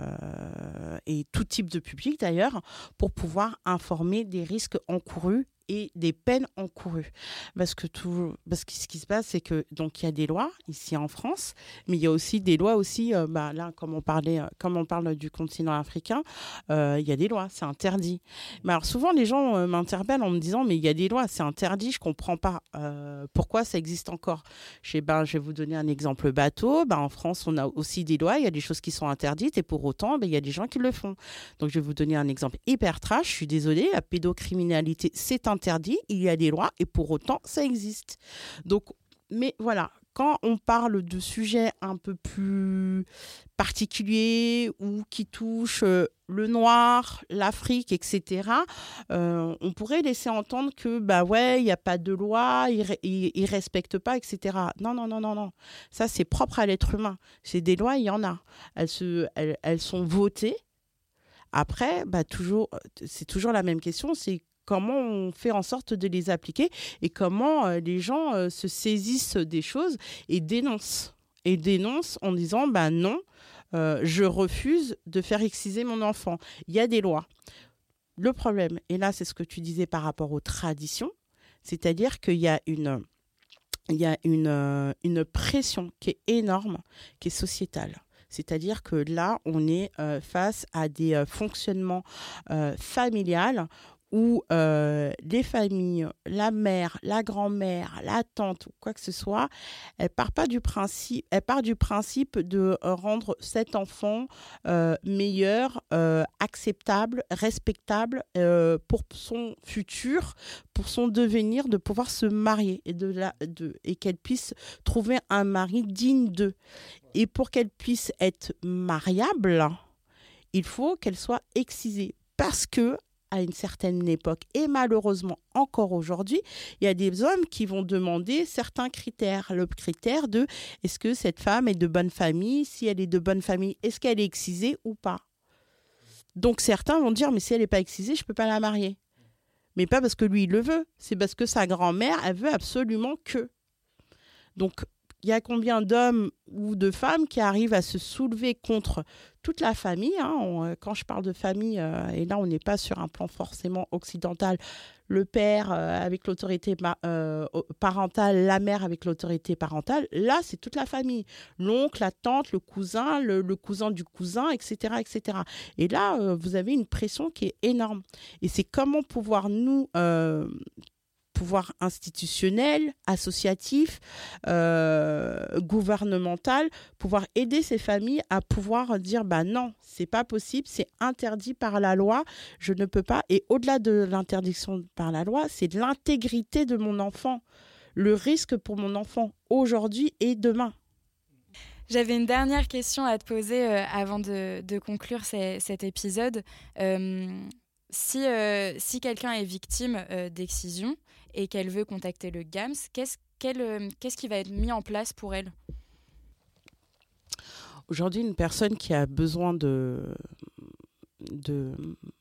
[SPEAKER 4] euh, et tout type de public d'ailleurs, pour pouvoir informer des risques encourus et des peines encourues. Parce que, tout, parce que ce qui se passe, c'est que donc il y a des lois ici en France, mais il y a aussi des lois aussi, euh, bah, là, comme on, parlait, comme on parle du continent africain, euh, il y a des lois, c'est interdit. Mais alors souvent, les gens euh, m'interpellent en me disant, mais il y a des lois, c'est interdit, je ne comprends pas euh, pourquoi ça existe encore. Je, sais, ben, je vais vous donner un exemple bateau. Ben, en France, on a aussi des lois, il y a des choses qui sont interdites et pour autant, ben, il y a des gens qui le font. Donc, je vais vous donner un exemple hyper trash. Je suis désolée, la pédocriminalité, c'est interdit. Interdit, il y a des lois et pour autant ça existe. Donc, mais voilà, quand on parle de sujets un peu plus particuliers ou qui touchent euh, le noir, l'Afrique, et cetera, euh, on pourrait laisser entendre que bah ouais, il n'y a pas de loi, ils ne respectent pas, et cetera. Non, non, non, non, non. Ça, c'est propre à l'être humain. C'est des lois, il y en a. Elles, se, elles, elles sont votées. Après, bah, toujours, c'est toujours la même question, c'est comment on fait en sorte de les appliquer et comment euh, les gens euh, se saisissent des choses et dénoncent. Et dénoncent en disant, bah non, euh, je refuse de faire exciser mon enfant. Il y a des lois. Le problème, et là c'est ce que tu disais par rapport aux traditions, c'est-à-dire qu'il y a une, il y a une, euh, une pression qui est énorme, qui est sociétale. C'est-à-dire que là, on est euh, face à des euh, fonctionnements euh, familiales où euh, les familles, la mère, la grand-mère, la tante ou quoi que ce soit, elle part pas du principe, elle part du principe de rendre cet enfant euh, meilleur, euh, acceptable, respectable euh, pour son futur, pour son devenir, de pouvoir se marier et, de la, de, et qu'elle puisse trouver un mari digne d'eux. Et pour qu'elle puisse être mariable, il faut qu'elle soit excisée parce que à une certaine époque et malheureusement encore aujourd'hui, il y a des hommes qui vont demander certains critères. Le critère de est-ce que cette femme est de bonne famille? Si elle est de bonne famille, est-ce qu'elle est excisée ou pas? Donc certains vont dire mais si elle n'est pas excisée, je ne peux pas la marier. Mais pas parce que lui il le veut, c'est parce que sa grand-mère, elle veut absolument que. Donc il y a combien d'hommes ou de femmes qui arrivent à se soulever contre toute la famille, hein, on, quand je parle de famille, euh, et là on n'est pas sur un plan forcément occidental, le père euh, avec l'autorité euh, parentale, la mère avec l'autorité parentale, là c'est toute la famille, l'oncle, la tante, le cousin, le, le cousin du cousin, et cetera, et cetera. Et là euh, vous avez une pression qui est énorme. Et c'est comment pouvoir nous... Euh, pouvoir institutionnel, associatif, euh, gouvernemental, pouvoir aider ces familles à pouvoir dire bah non, c'est pas possible, c'est interdit par la loi, je ne peux pas. Et au-delà de l'interdiction par la loi, c'est de l'intégrité de mon enfant, le risque pour mon enfant aujourd'hui et demain.
[SPEAKER 3] J'avais une dernière question à te poser euh, avant de, de conclure ces, cet épisode. Euh, si, euh, si quelqu'un est victime euh, d'excision et qu'elle veut contacter le GAMS, qu'est-ce, quel, euh, qu'est-ce qui va être mis en place pour elle?
[SPEAKER 4] Aujourd'hui, une personne qui a besoin de, de,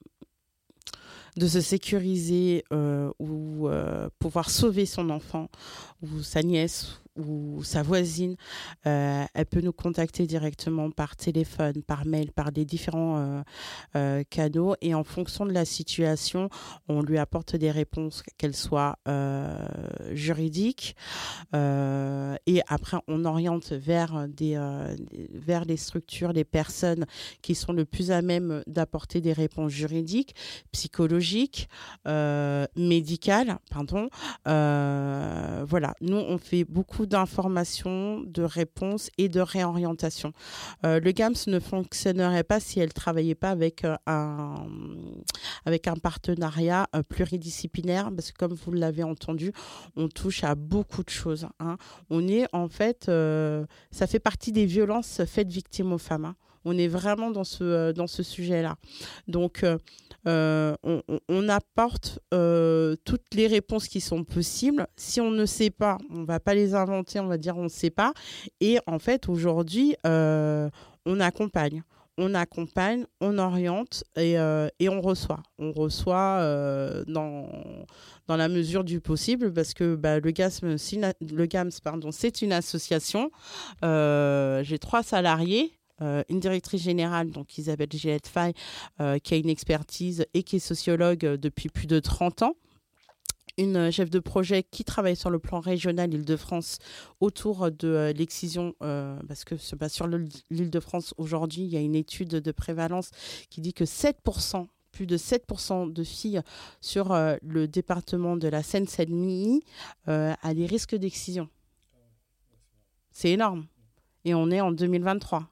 [SPEAKER 4] de se sécuriser euh, ou euh, pouvoir sauver son enfant ou sa nièce ou sa voisine, euh, elle peut nous contacter directement par téléphone, par mail, par des différents euh, euh, canaux. Et en fonction de la situation, on lui apporte des réponses, qu'elles soient euh, juridiques. Euh, et après, on oriente vers, des, euh, vers les structures, les personnes qui sont le plus à même d'apporter des réponses juridiques, psychologiques, euh, médicales. Pardon. Euh, voilà, nous, on fait beaucoup d'informations, de réponses et de réorientation. Euh, le GAMS ne fonctionnerait pas si elle ne travaillait pas avec, euh, un, avec un partenariat euh, pluridisciplinaire, parce que comme vous l'avez entendu, on touche à beaucoup de choses. Hein. On est en fait, euh, ça fait partie des violences faites victimes aux femmes. Hein. On est vraiment dans ce, euh, dans ce sujet-là. Donc, euh, euh, on, on apporte euh, toutes les réponses qui sont possibles. Si on ne sait pas, on ne va pas les inventer, on va dire on ne sait pas. Et en fait, aujourd'hui, euh, on accompagne. On accompagne, on oriente et, euh, et on reçoit. On reçoit euh, dans, dans la mesure du possible parce que bah, le GAMS, le GAMS pardon, c'est une association. Euh, j'ai trois salariés. euh, une directrice générale, donc Isabelle Gillette-Faye, euh, qui a une expertise et qui est sociologue depuis plus de trente ans. Une chef de projet qui travaille sur le plan régional Île-de-France autour de euh, l'excision, euh, parce que bah, sur le, l'Île-de-France, aujourd'hui, il y a une étude de prévalence qui dit que sept pour cent, plus de sept pour cent de filles sur euh, le département de la Seine-Saint-Denis euh, a des risques d'excision. C'est énorme. Et on est en deux mille vingt-trois.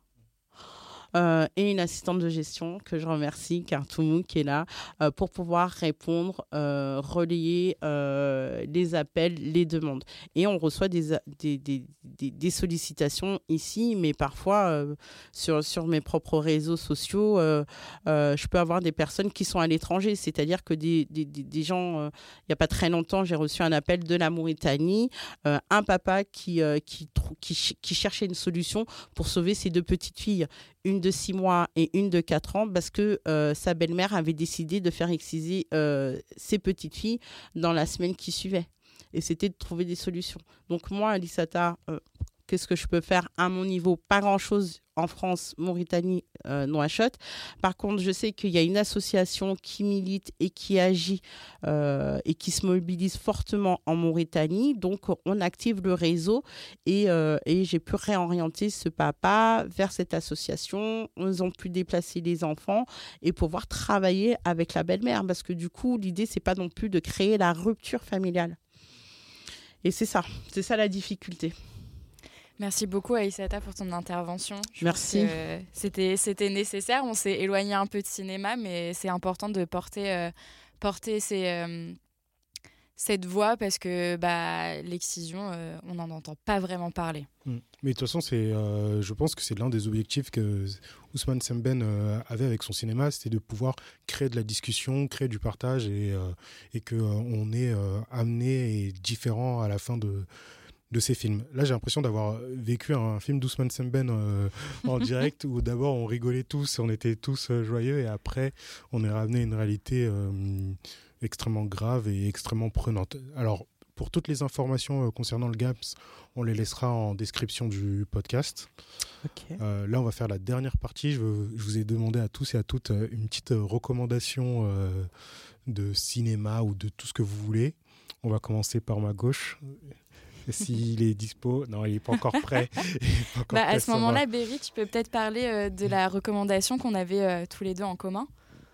[SPEAKER 4] Euh, et une assistante de gestion que je remercie, Kartoumou, qui est là euh, pour pouvoir répondre, euh, relayer euh, les appels, les demandes. Et on reçoit des, des, des, des, des sollicitations ici, mais parfois euh, sur, sur mes propres réseaux sociaux, euh, euh, je peux avoir des personnes qui sont à l'étranger. C'est-à-dire que des, des, des, des gens, euh, il n'y a pas très longtemps, j'ai reçu un appel de la Mauritanie, euh, un papa qui, euh, qui, qui, qui cherchait une solution pour sauver ses deux petites filles. Une de six mois et une de quatre ans, parce que euh, sa belle-mère avait décidé de faire exciser euh, ses petites filles dans la semaine qui suivait. Et c'était de trouver des solutions. Donc moi, Alissata, euh, qu'est-ce que je peux faire à mon niveau? Pas grand-chose en France, Mauritanie, euh, Nouakchott. Par contre, je sais qu'il y a une association qui milite et qui agit euh, et qui se mobilise fortement en Mauritanie. Donc, on active le réseau et, euh, et j'ai pu réorienter ce papa vers cette association. Ils ont pu déplacer les enfants et pouvoir travailler avec la belle-mère. Parce que du coup, l'idée, c'est pas non plus de créer la rupture familiale. Et c'est ça, c'est ça la difficulté.
[SPEAKER 3] Merci beaucoup Aïssata pour ton intervention. Je
[SPEAKER 4] Merci.
[SPEAKER 3] pense que c'était, c'était nécessaire. On s'est éloigné un peu de cinéma, mais c'est important de porter, euh, porter ces, euh, cette voix parce que bah, l'excision, euh, on n'en entend pas vraiment parler.
[SPEAKER 1] Mmh. Mais de toute façon, c'est, euh, je pense que c'est l'un des objectifs que Ousmane Sembène euh, avait avec son cinéma, c'était de pouvoir créer de la discussion, créer du partage et, euh, et qu'on est euh, amené et différent à la fin de... de ces films. Là, j'ai l'impression d'avoir vécu un film d'Ousmane Sembène euh, en direct où d'abord on rigolait tous, on était tous euh, joyeux et après on est ramené à une réalité euh, extrêmement grave et extrêmement prenante. Alors, pour toutes les informations euh, concernant le GAMS, on les laissera en description du podcast.
[SPEAKER 4] Okay.
[SPEAKER 1] Euh, là, on va faire la dernière partie. Je, veux, je vous ai demandé à tous et à toutes euh, une petite euh, recommandation euh, de cinéma ou de tout ce que vous voulez. On va commencer par ma gauche. S'il est dispo. Non, il n'est pas encore prêt. Pas encore
[SPEAKER 3] bah,
[SPEAKER 1] prêt
[SPEAKER 3] à ce moment-là, Berry, tu peux peut-être parler euh, de la recommandation qu'on avait euh, tous les deux en commun.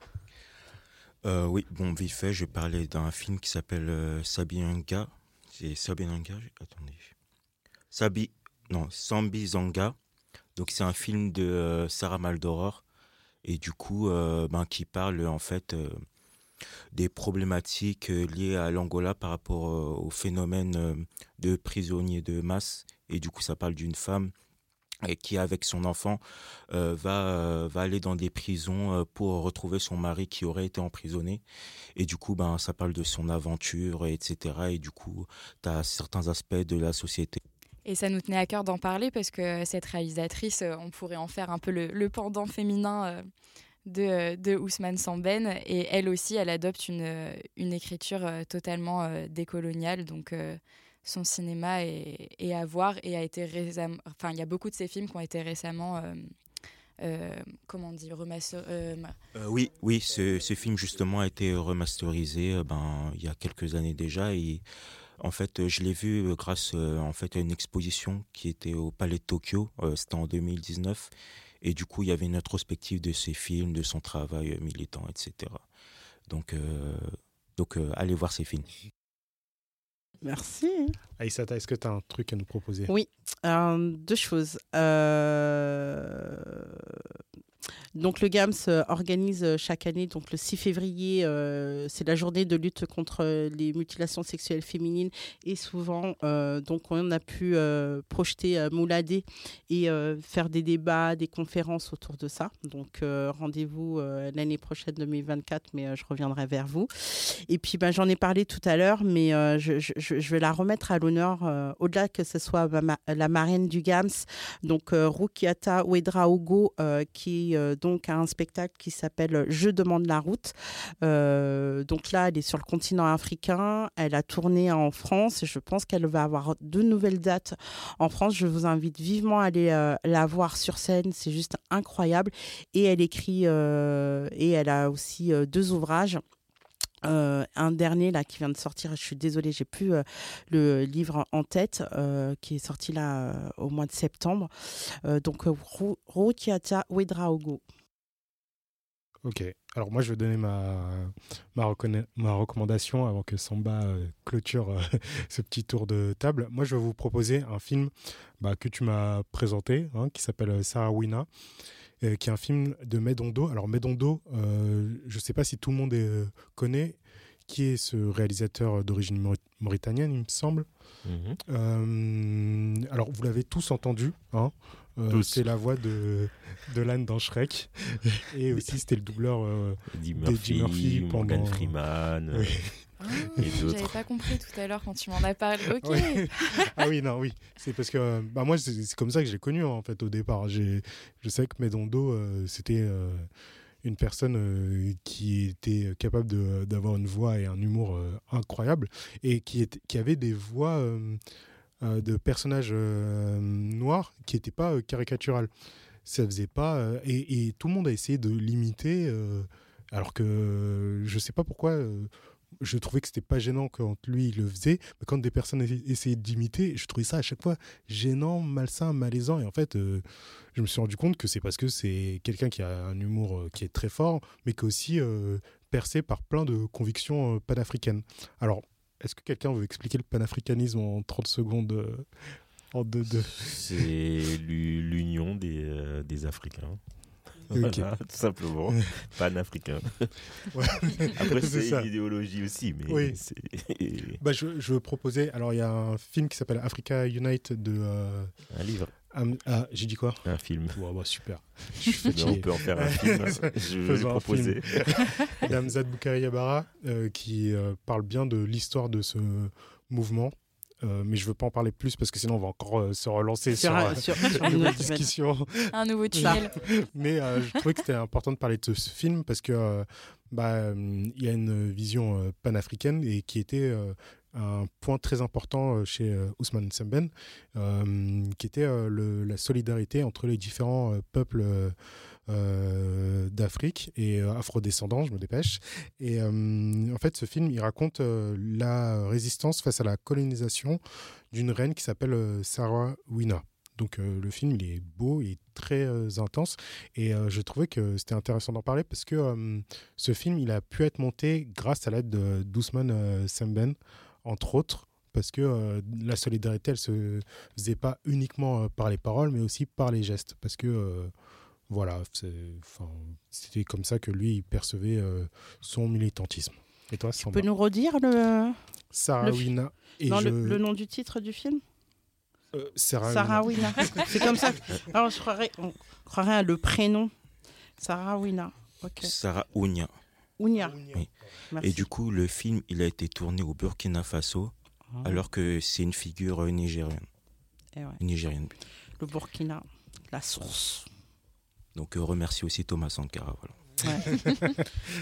[SPEAKER 5] Euh, oui, bon, vite fait, je vais parler d'un film qui s'appelle euh, Sabiyanga. C'est Sabiyanga, attendez. Sabi, non, Sambizanga. Donc, c'est un film de euh, Sarah Maldoror. Et du coup, euh, ben, qui parle en fait... Euh, des problématiques liées à l'Angola par rapport au phénomène de prisonniers de masse. Et du coup, ça parle d'une femme qui, avec son enfant, euh, va, euh, va aller dans des prisons pour retrouver son mari qui aurait été emprisonné. Et du coup, ben, ça parle de son aventure, et cetera. Et du coup, tu as certains aspects de la société.
[SPEAKER 3] Et ça nous tenait à cœur d'en parler parce que cette réalisatrice, on pourrait en faire un peu le, le pendant féminin euh, de, de Ousmane Sembène. Et elle aussi, elle adopte une, une écriture totalement euh, décoloniale. Donc, euh, son cinéma est, est à voir et a été récemment... Enfin, il y a beaucoup de ses films qui ont été récemment... Euh, euh, comment on dit remaster, euh...
[SPEAKER 5] Euh, Oui, oui ce, ce film, justement, a été remasterisé euh, ben, il y a quelques années déjà. Et en fait, je l'ai vu grâce euh, en fait, à une exposition qui était au Palais de Tokyo. Euh, c'était en deux mille dix-neuf. Et du coup, il y avait une rétrospective de ses films, de son travail militant, et cetera. Donc, euh, donc euh, allez voir ces films.
[SPEAKER 4] Merci.
[SPEAKER 1] Aïssata, est-ce que tu as un truc à nous proposer ?
[SPEAKER 4] Oui, euh, deux choses. Euh... Donc le GAMS organise chaque année, donc le six février, euh, c'est la journée de lutte contre les mutilations sexuelles féminines et souvent, euh, donc on a pu euh, projeter euh, Mouladé et euh, faire des débats, des conférences autour de ça. Donc euh, rendez-vous euh, l'année prochaine deux mille vingt-quatre, mais euh, je reviendrai vers vous. Et puis ben, j'en ai parlé tout à l'heure, mais euh, je, je, je vais la remettre à l'honneur, euh, au-delà que ce soit ma, la marraine du GAMS, donc euh, Rukiata Ouedraogo, euh, qui écrit euh, donc un spectacle qui s'appelle Je demande la route. Euh, donc là, elle est sur le continent africain. Elle a tourné en France et je pense qu'elle va avoir de nouvelles dates en France. Je vous invite vivement à aller euh, la voir sur scène. C'est juste incroyable. Et elle écrit euh, et elle a aussi euh, deux ouvrages. Euh, un dernier là qui vient de sortir, je suis désolée, j'ai plus euh, le livre en tête, euh, qui est sorti là euh, au mois de septembre. Euh, donc Rukiata Ouedraogo.
[SPEAKER 1] Ok, alors moi je vais donner ma, ma, reconna- ma recommandation avant que Samba euh, clôture euh, ce petit tour de table. Moi je vais vous proposer un film bah, que tu m'as présenté, hein, qui s'appelle Sarawina. Euh, qui est un film de Medondo. Alors Medondo, euh, je ne sais pas si tout le monde est, euh, connaît, qui est ce réalisateur d'origine mauri- mauritanienne, il me semble.
[SPEAKER 2] Mhm.
[SPEAKER 1] Euh, alors vous l'avez tous entendu, hein. Euh,
[SPEAKER 2] Tous.
[SPEAKER 1] C'est la voix de, de l'âne dans Shrek. Et aussi c'était le doubleur euh,
[SPEAKER 2] Eddie
[SPEAKER 1] d'Eddie
[SPEAKER 2] Murphy,
[SPEAKER 1] Murphy
[SPEAKER 2] Morgan
[SPEAKER 1] pendant-
[SPEAKER 2] Freeman.
[SPEAKER 1] Oui.
[SPEAKER 3] Ah,
[SPEAKER 2] Et d'autres.
[SPEAKER 3] j'avais pas compris tout à l'heure quand tu m'en as parlé. Ok.
[SPEAKER 1] Ouais. Ah oui, non, oui. C'est parce que euh, bah moi, c'est c'est comme ça que j'ai connu, hein, en fait, au départ. J'ai, je sais que Medondo, euh, c'était euh, une personne euh, qui était capable de- d'avoir une voix et un humour euh, incroyable et qui, était, qui avait des voix euh, euh, de personnages euh, noirs qui n'étaient pas euh, caricaturales. Ça faisait pas. euh, et, et tout le monde a essayé de l'imiter, euh, alors que euh, je sais pas pourquoi. euh, je trouvais que c'était pas gênant quand lui il le faisait, mais quand des personnes essa- essayaient d'imiter, je trouvais ça à chaque fois gênant, malsain, malaisant. Et en fait, euh, je me suis rendu compte que c'est parce que c'est quelqu'un qui a un humour euh, qui est très fort, mais qui est aussi euh, percé par plein de convictions euh, panafricaines. Alors, est-ce que quelqu'un veut expliquer le panafricanisme en trente secondes euh, en deux deux
[SPEAKER 2] C'est l'u- l'union des, euh, des Africains.
[SPEAKER 1] Ok.
[SPEAKER 2] Voilà, tout simplement. Panafricain.
[SPEAKER 1] Ouais.
[SPEAKER 2] Après,
[SPEAKER 1] C'est
[SPEAKER 2] c'est
[SPEAKER 1] ça.
[SPEAKER 2] une idéologie aussi, mais
[SPEAKER 1] Oui.
[SPEAKER 2] c'est.
[SPEAKER 1] Bah, je, je veux proposer. Alors, il y a un film qui s'appelle Africa Unite de. euh,
[SPEAKER 2] Un livre,
[SPEAKER 1] Am- ah, j'ai dit quoi?
[SPEAKER 2] un film.
[SPEAKER 1] Ouais, bah, super. Je suis
[SPEAKER 2] Mais on
[SPEAKER 1] fatigué.
[SPEAKER 2] peut en faire un film. Je vais
[SPEAKER 1] Faisons un
[SPEAKER 2] proposer.
[SPEAKER 1] d'Amzad Boukari Yabara, euh, qui euh, parle bien de l'histoire de ce mouvement. Euh, mais je ne veux pas en parler plus parce que sinon on va encore euh, se relancer sur,
[SPEAKER 4] Sur,
[SPEAKER 1] euh,
[SPEAKER 4] un- sur,
[SPEAKER 1] une
[SPEAKER 4] sur une
[SPEAKER 1] nouvelle
[SPEAKER 4] autre domaine.
[SPEAKER 1] discussion.
[SPEAKER 3] Un nouveau tunnel.
[SPEAKER 1] Mais euh, je trouvais que c'était important de parler de ce film parce que euh, bah, euh, il y a une vision euh, panafricaine et qui était euh, un point très important euh, chez euh, Ousmane Sembène, euh, qui était euh, le- la solidarité entre les différents euh, peuples euh, euh, d'Afrique et euh, afrodescendants, je me dépêche. Et euh, en fait, ce film, il raconte euh, la résistance face à la colonisation d'une reine qui s'appelle euh, Sarah Wina. Donc euh, le film, il est beau, il est très euh, intense et euh, je trouvais que c'était intéressant d'en parler parce que euh, ce film, il a pu être monté grâce à l'aide de d'Ousmane euh, Sembène, entre autres, parce que euh, la solidarité, elle se faisait pas uniquement euh, par les paroles, mais aussi par les gestes, parce que euh, voilà, c'est, enfin, c'était comme ça que lui, il percevait euh, son militantisme. Et toi,
[SPEAKER 4] Tu peux nous redire le,
[SPEAKER 1] Sarah
[SPEAKER 4] le fi-
[SPEAKER 1] Wina et
[SPEAKER 4] non,
[SPEAKER 1] je...
[SPEAKER 4] le, le nom du titre du film?
[SPEAKER 1] euh, Sarah,
[SPEAKER 4] Sarah
[SPEAKER 1] Wina.
[SPEAKER 4] Wina. C'est comme ça. Alors, je croirais, on croirait à le prénom. Sarah Wina. Ok.
[SPEAKER 5] Sarah Ounia.
[SPEAKER 4] Ounia.
[SPEAKER 5] Oui.
[SPEAKER 4] Merci.
[SPEAKER 5] Et du coup, le film, il a été tourné au Burkina Faso,
[SPEAKER 4] Ah.
[SPEAKER 5] alors que c'est une figure euh, nigérienne.
[SPEAKER 4] Eh ouais.
[SPEAKER 5] Nigérienne. plutôt.
[SPEAKER 4] Le Burkina, la source.
[SPEAKER 5] Donc, euh, remercie aussi Thomas Sankara. Voilà.
[SPEAKER 4] Ouais.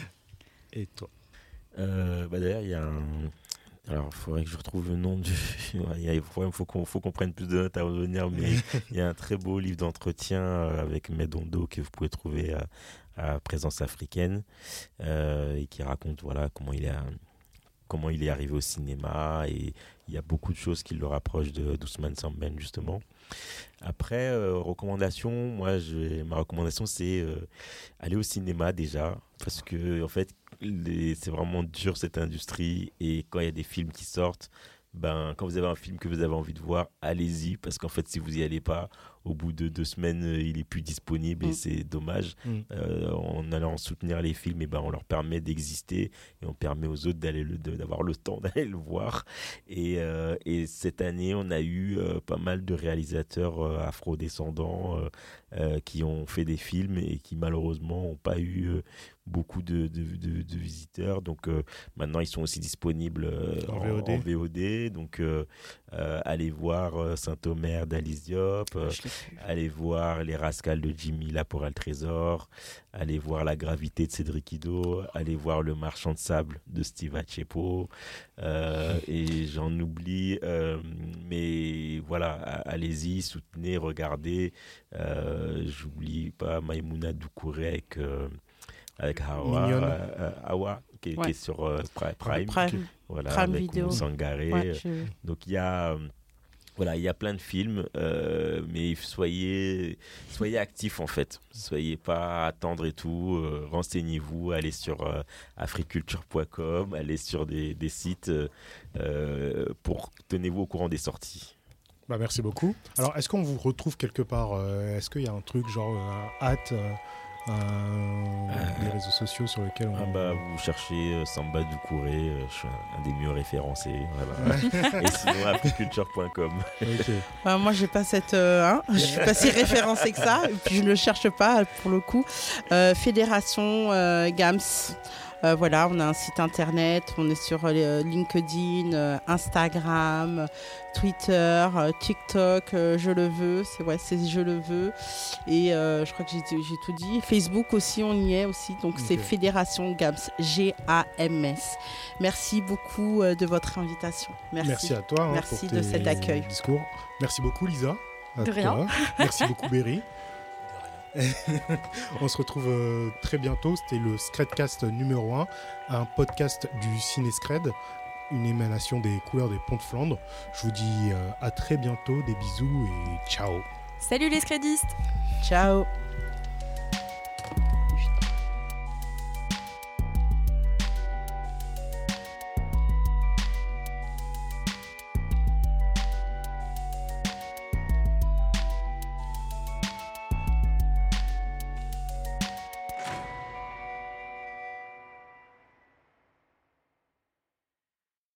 [SPEAKER 1] Et toi?
[SPEAKER 2] Euh, bah d'ailleurs, il y a un. Alors, il faudrait que je retrouve le nom du. Il y a- il faut, faut qu'on faut qu'on prenne plus de notes à revenir, mais il y a un très beau livre d'entretien euh, avec Medondo que vous pouvez trouver à, à Présence africaine euh, et qui raconte voilà comment il est. à- comment il est arrivé au cinéma et il y a beaucoup de choses qui le rapprochent de d'Ousmane Sembène justement. Après, euh, recommandation, moi je, ma recommandation c'est euh, aller au cinéma déjà parce que en fait les, c'est vraiment dur cette industrie et quand il y a des films qui sortent, ben, quand vous avez un film que vous avez envie de voir, allez-y parce qu'en fait si vous y allez pas, au bout de deux semaines euh, il est plus disponible et
[SPEAKER 4] Mm.
[SPEAKER 2] c'est dommage.
[SPEAKER 1] Mm.
[SPEAKER 2] Euh, en allant soutenir les films, et ben, on leur permet d'exister et on permet aux autres d'aller le, de- d'avoir le temps d'aller le voir. Et, euh, et cette année, on a eu euh, pas mal de réalisateurs euh, afro-descendants euh, euh, qui ont fait des films et qui malheureusement n'ont pas eu euh, beaucoup de, de, de- de visiteurs. Donc euh, maintenant, ils sont aussi disponibles euh,
[SPEAKER 1] En
[SPEAKER 2] en,
[SPEAKER 1] V O D.
[SPEAKER 2] en V O D. Donc euh, euh, allez voir euh, Saint-Omer d'Alice Diop. Euh,
[SPEAKER 4] Je l'ai
[SPEAKER 2] allez voir Les Rascals de Jimmy, là pour le trésor, allez voir La Gravité de Cédric Ido, allez voir Le Marchand de Sable de Steve Achepo, euh, et j'en oublie, euh, mais voilà, allez-y, soutenez, regardez. Euh, j'oublie pas Maïmouna Doucouré avec, euh, avec Hawa, euh, Hawa qui, ouais. qui est sur euh, Prime,
[SPEAKER 4] Prime.
[SPEAKER 2] Voilà,
[SPEAKER 4] Prime
[SPEAKER 2] avec
[SPEAKER 4] Vidéo.
[SPEAKER 2] Sangaré.
[SPEAKER 4] Ouais,
[SPEAKER 2] donc il y a... Voilà, il y a plein de films, euh, mais soyez, soyez actifs en fait. Soyez pas à attendre et tout. Euh, renseignez-vous, allez sur euh, africulture point com, allez sur des, des sites euh, pour tenez-vous au courant des sorties.
[SPEAKER 1] Bah, merci beaucoup. Alors, est-ce qu'on vous retrouve quelque part euh, Est-ce qu'il y a un truc genre un hâte euh, Euh, euh, les réseaux sociaux sur lesquels on...
[SPEAKER 2] Ah bah, vous cherchez euh, Samba Doucouré, euh, je suis un, un des mieux référencés. Voilà. Et sinon, africulture point com.
[SPEAKER 4] Okay. Bah, moi, j'ai pas cette, euh, hein, je suis pas si référencée que ça, et puis je ne le cherche pas pour le coup. Euh, Fédération euh, Gams. Euh, voilà, on a un site internet, on est sur euh, LinkedIn, euh, Instagram, Twitter, euh, TikTok, euh, je le veux, c'est ouais, c'est je le veux. Et euh, je crois que j'ai, j'ai tout dit. Facebook aussi, on y est aussi. Donc okay. C'est Fédération Gams, G A M S. Merci beaucoup euh, de votre invitation. Merci.
[SPEAKER 1] Merci à toi. Hein,
[SPEAKER 4] Merci
[SPEAKER 1] pour
[SPEAKER 4] de cet accueil.
[SPEAKER 1] Discours. Merci beaucoup Lisa.
[SPEAKER 3] À de rien.
[SPEAKER 1] Merci beaucoup Berry. On se retrouve euh, très bientôt. C'était le Scredcast numéro un, un podcast du Ciné Scred, une émanation des couleurs des Ponts de Flandre. Je vous dis euh, à très bientôt, des bisous et ciao.
[SPEAKER 3] Salut les Scredistes.
[SPEAKER 4] Ciao.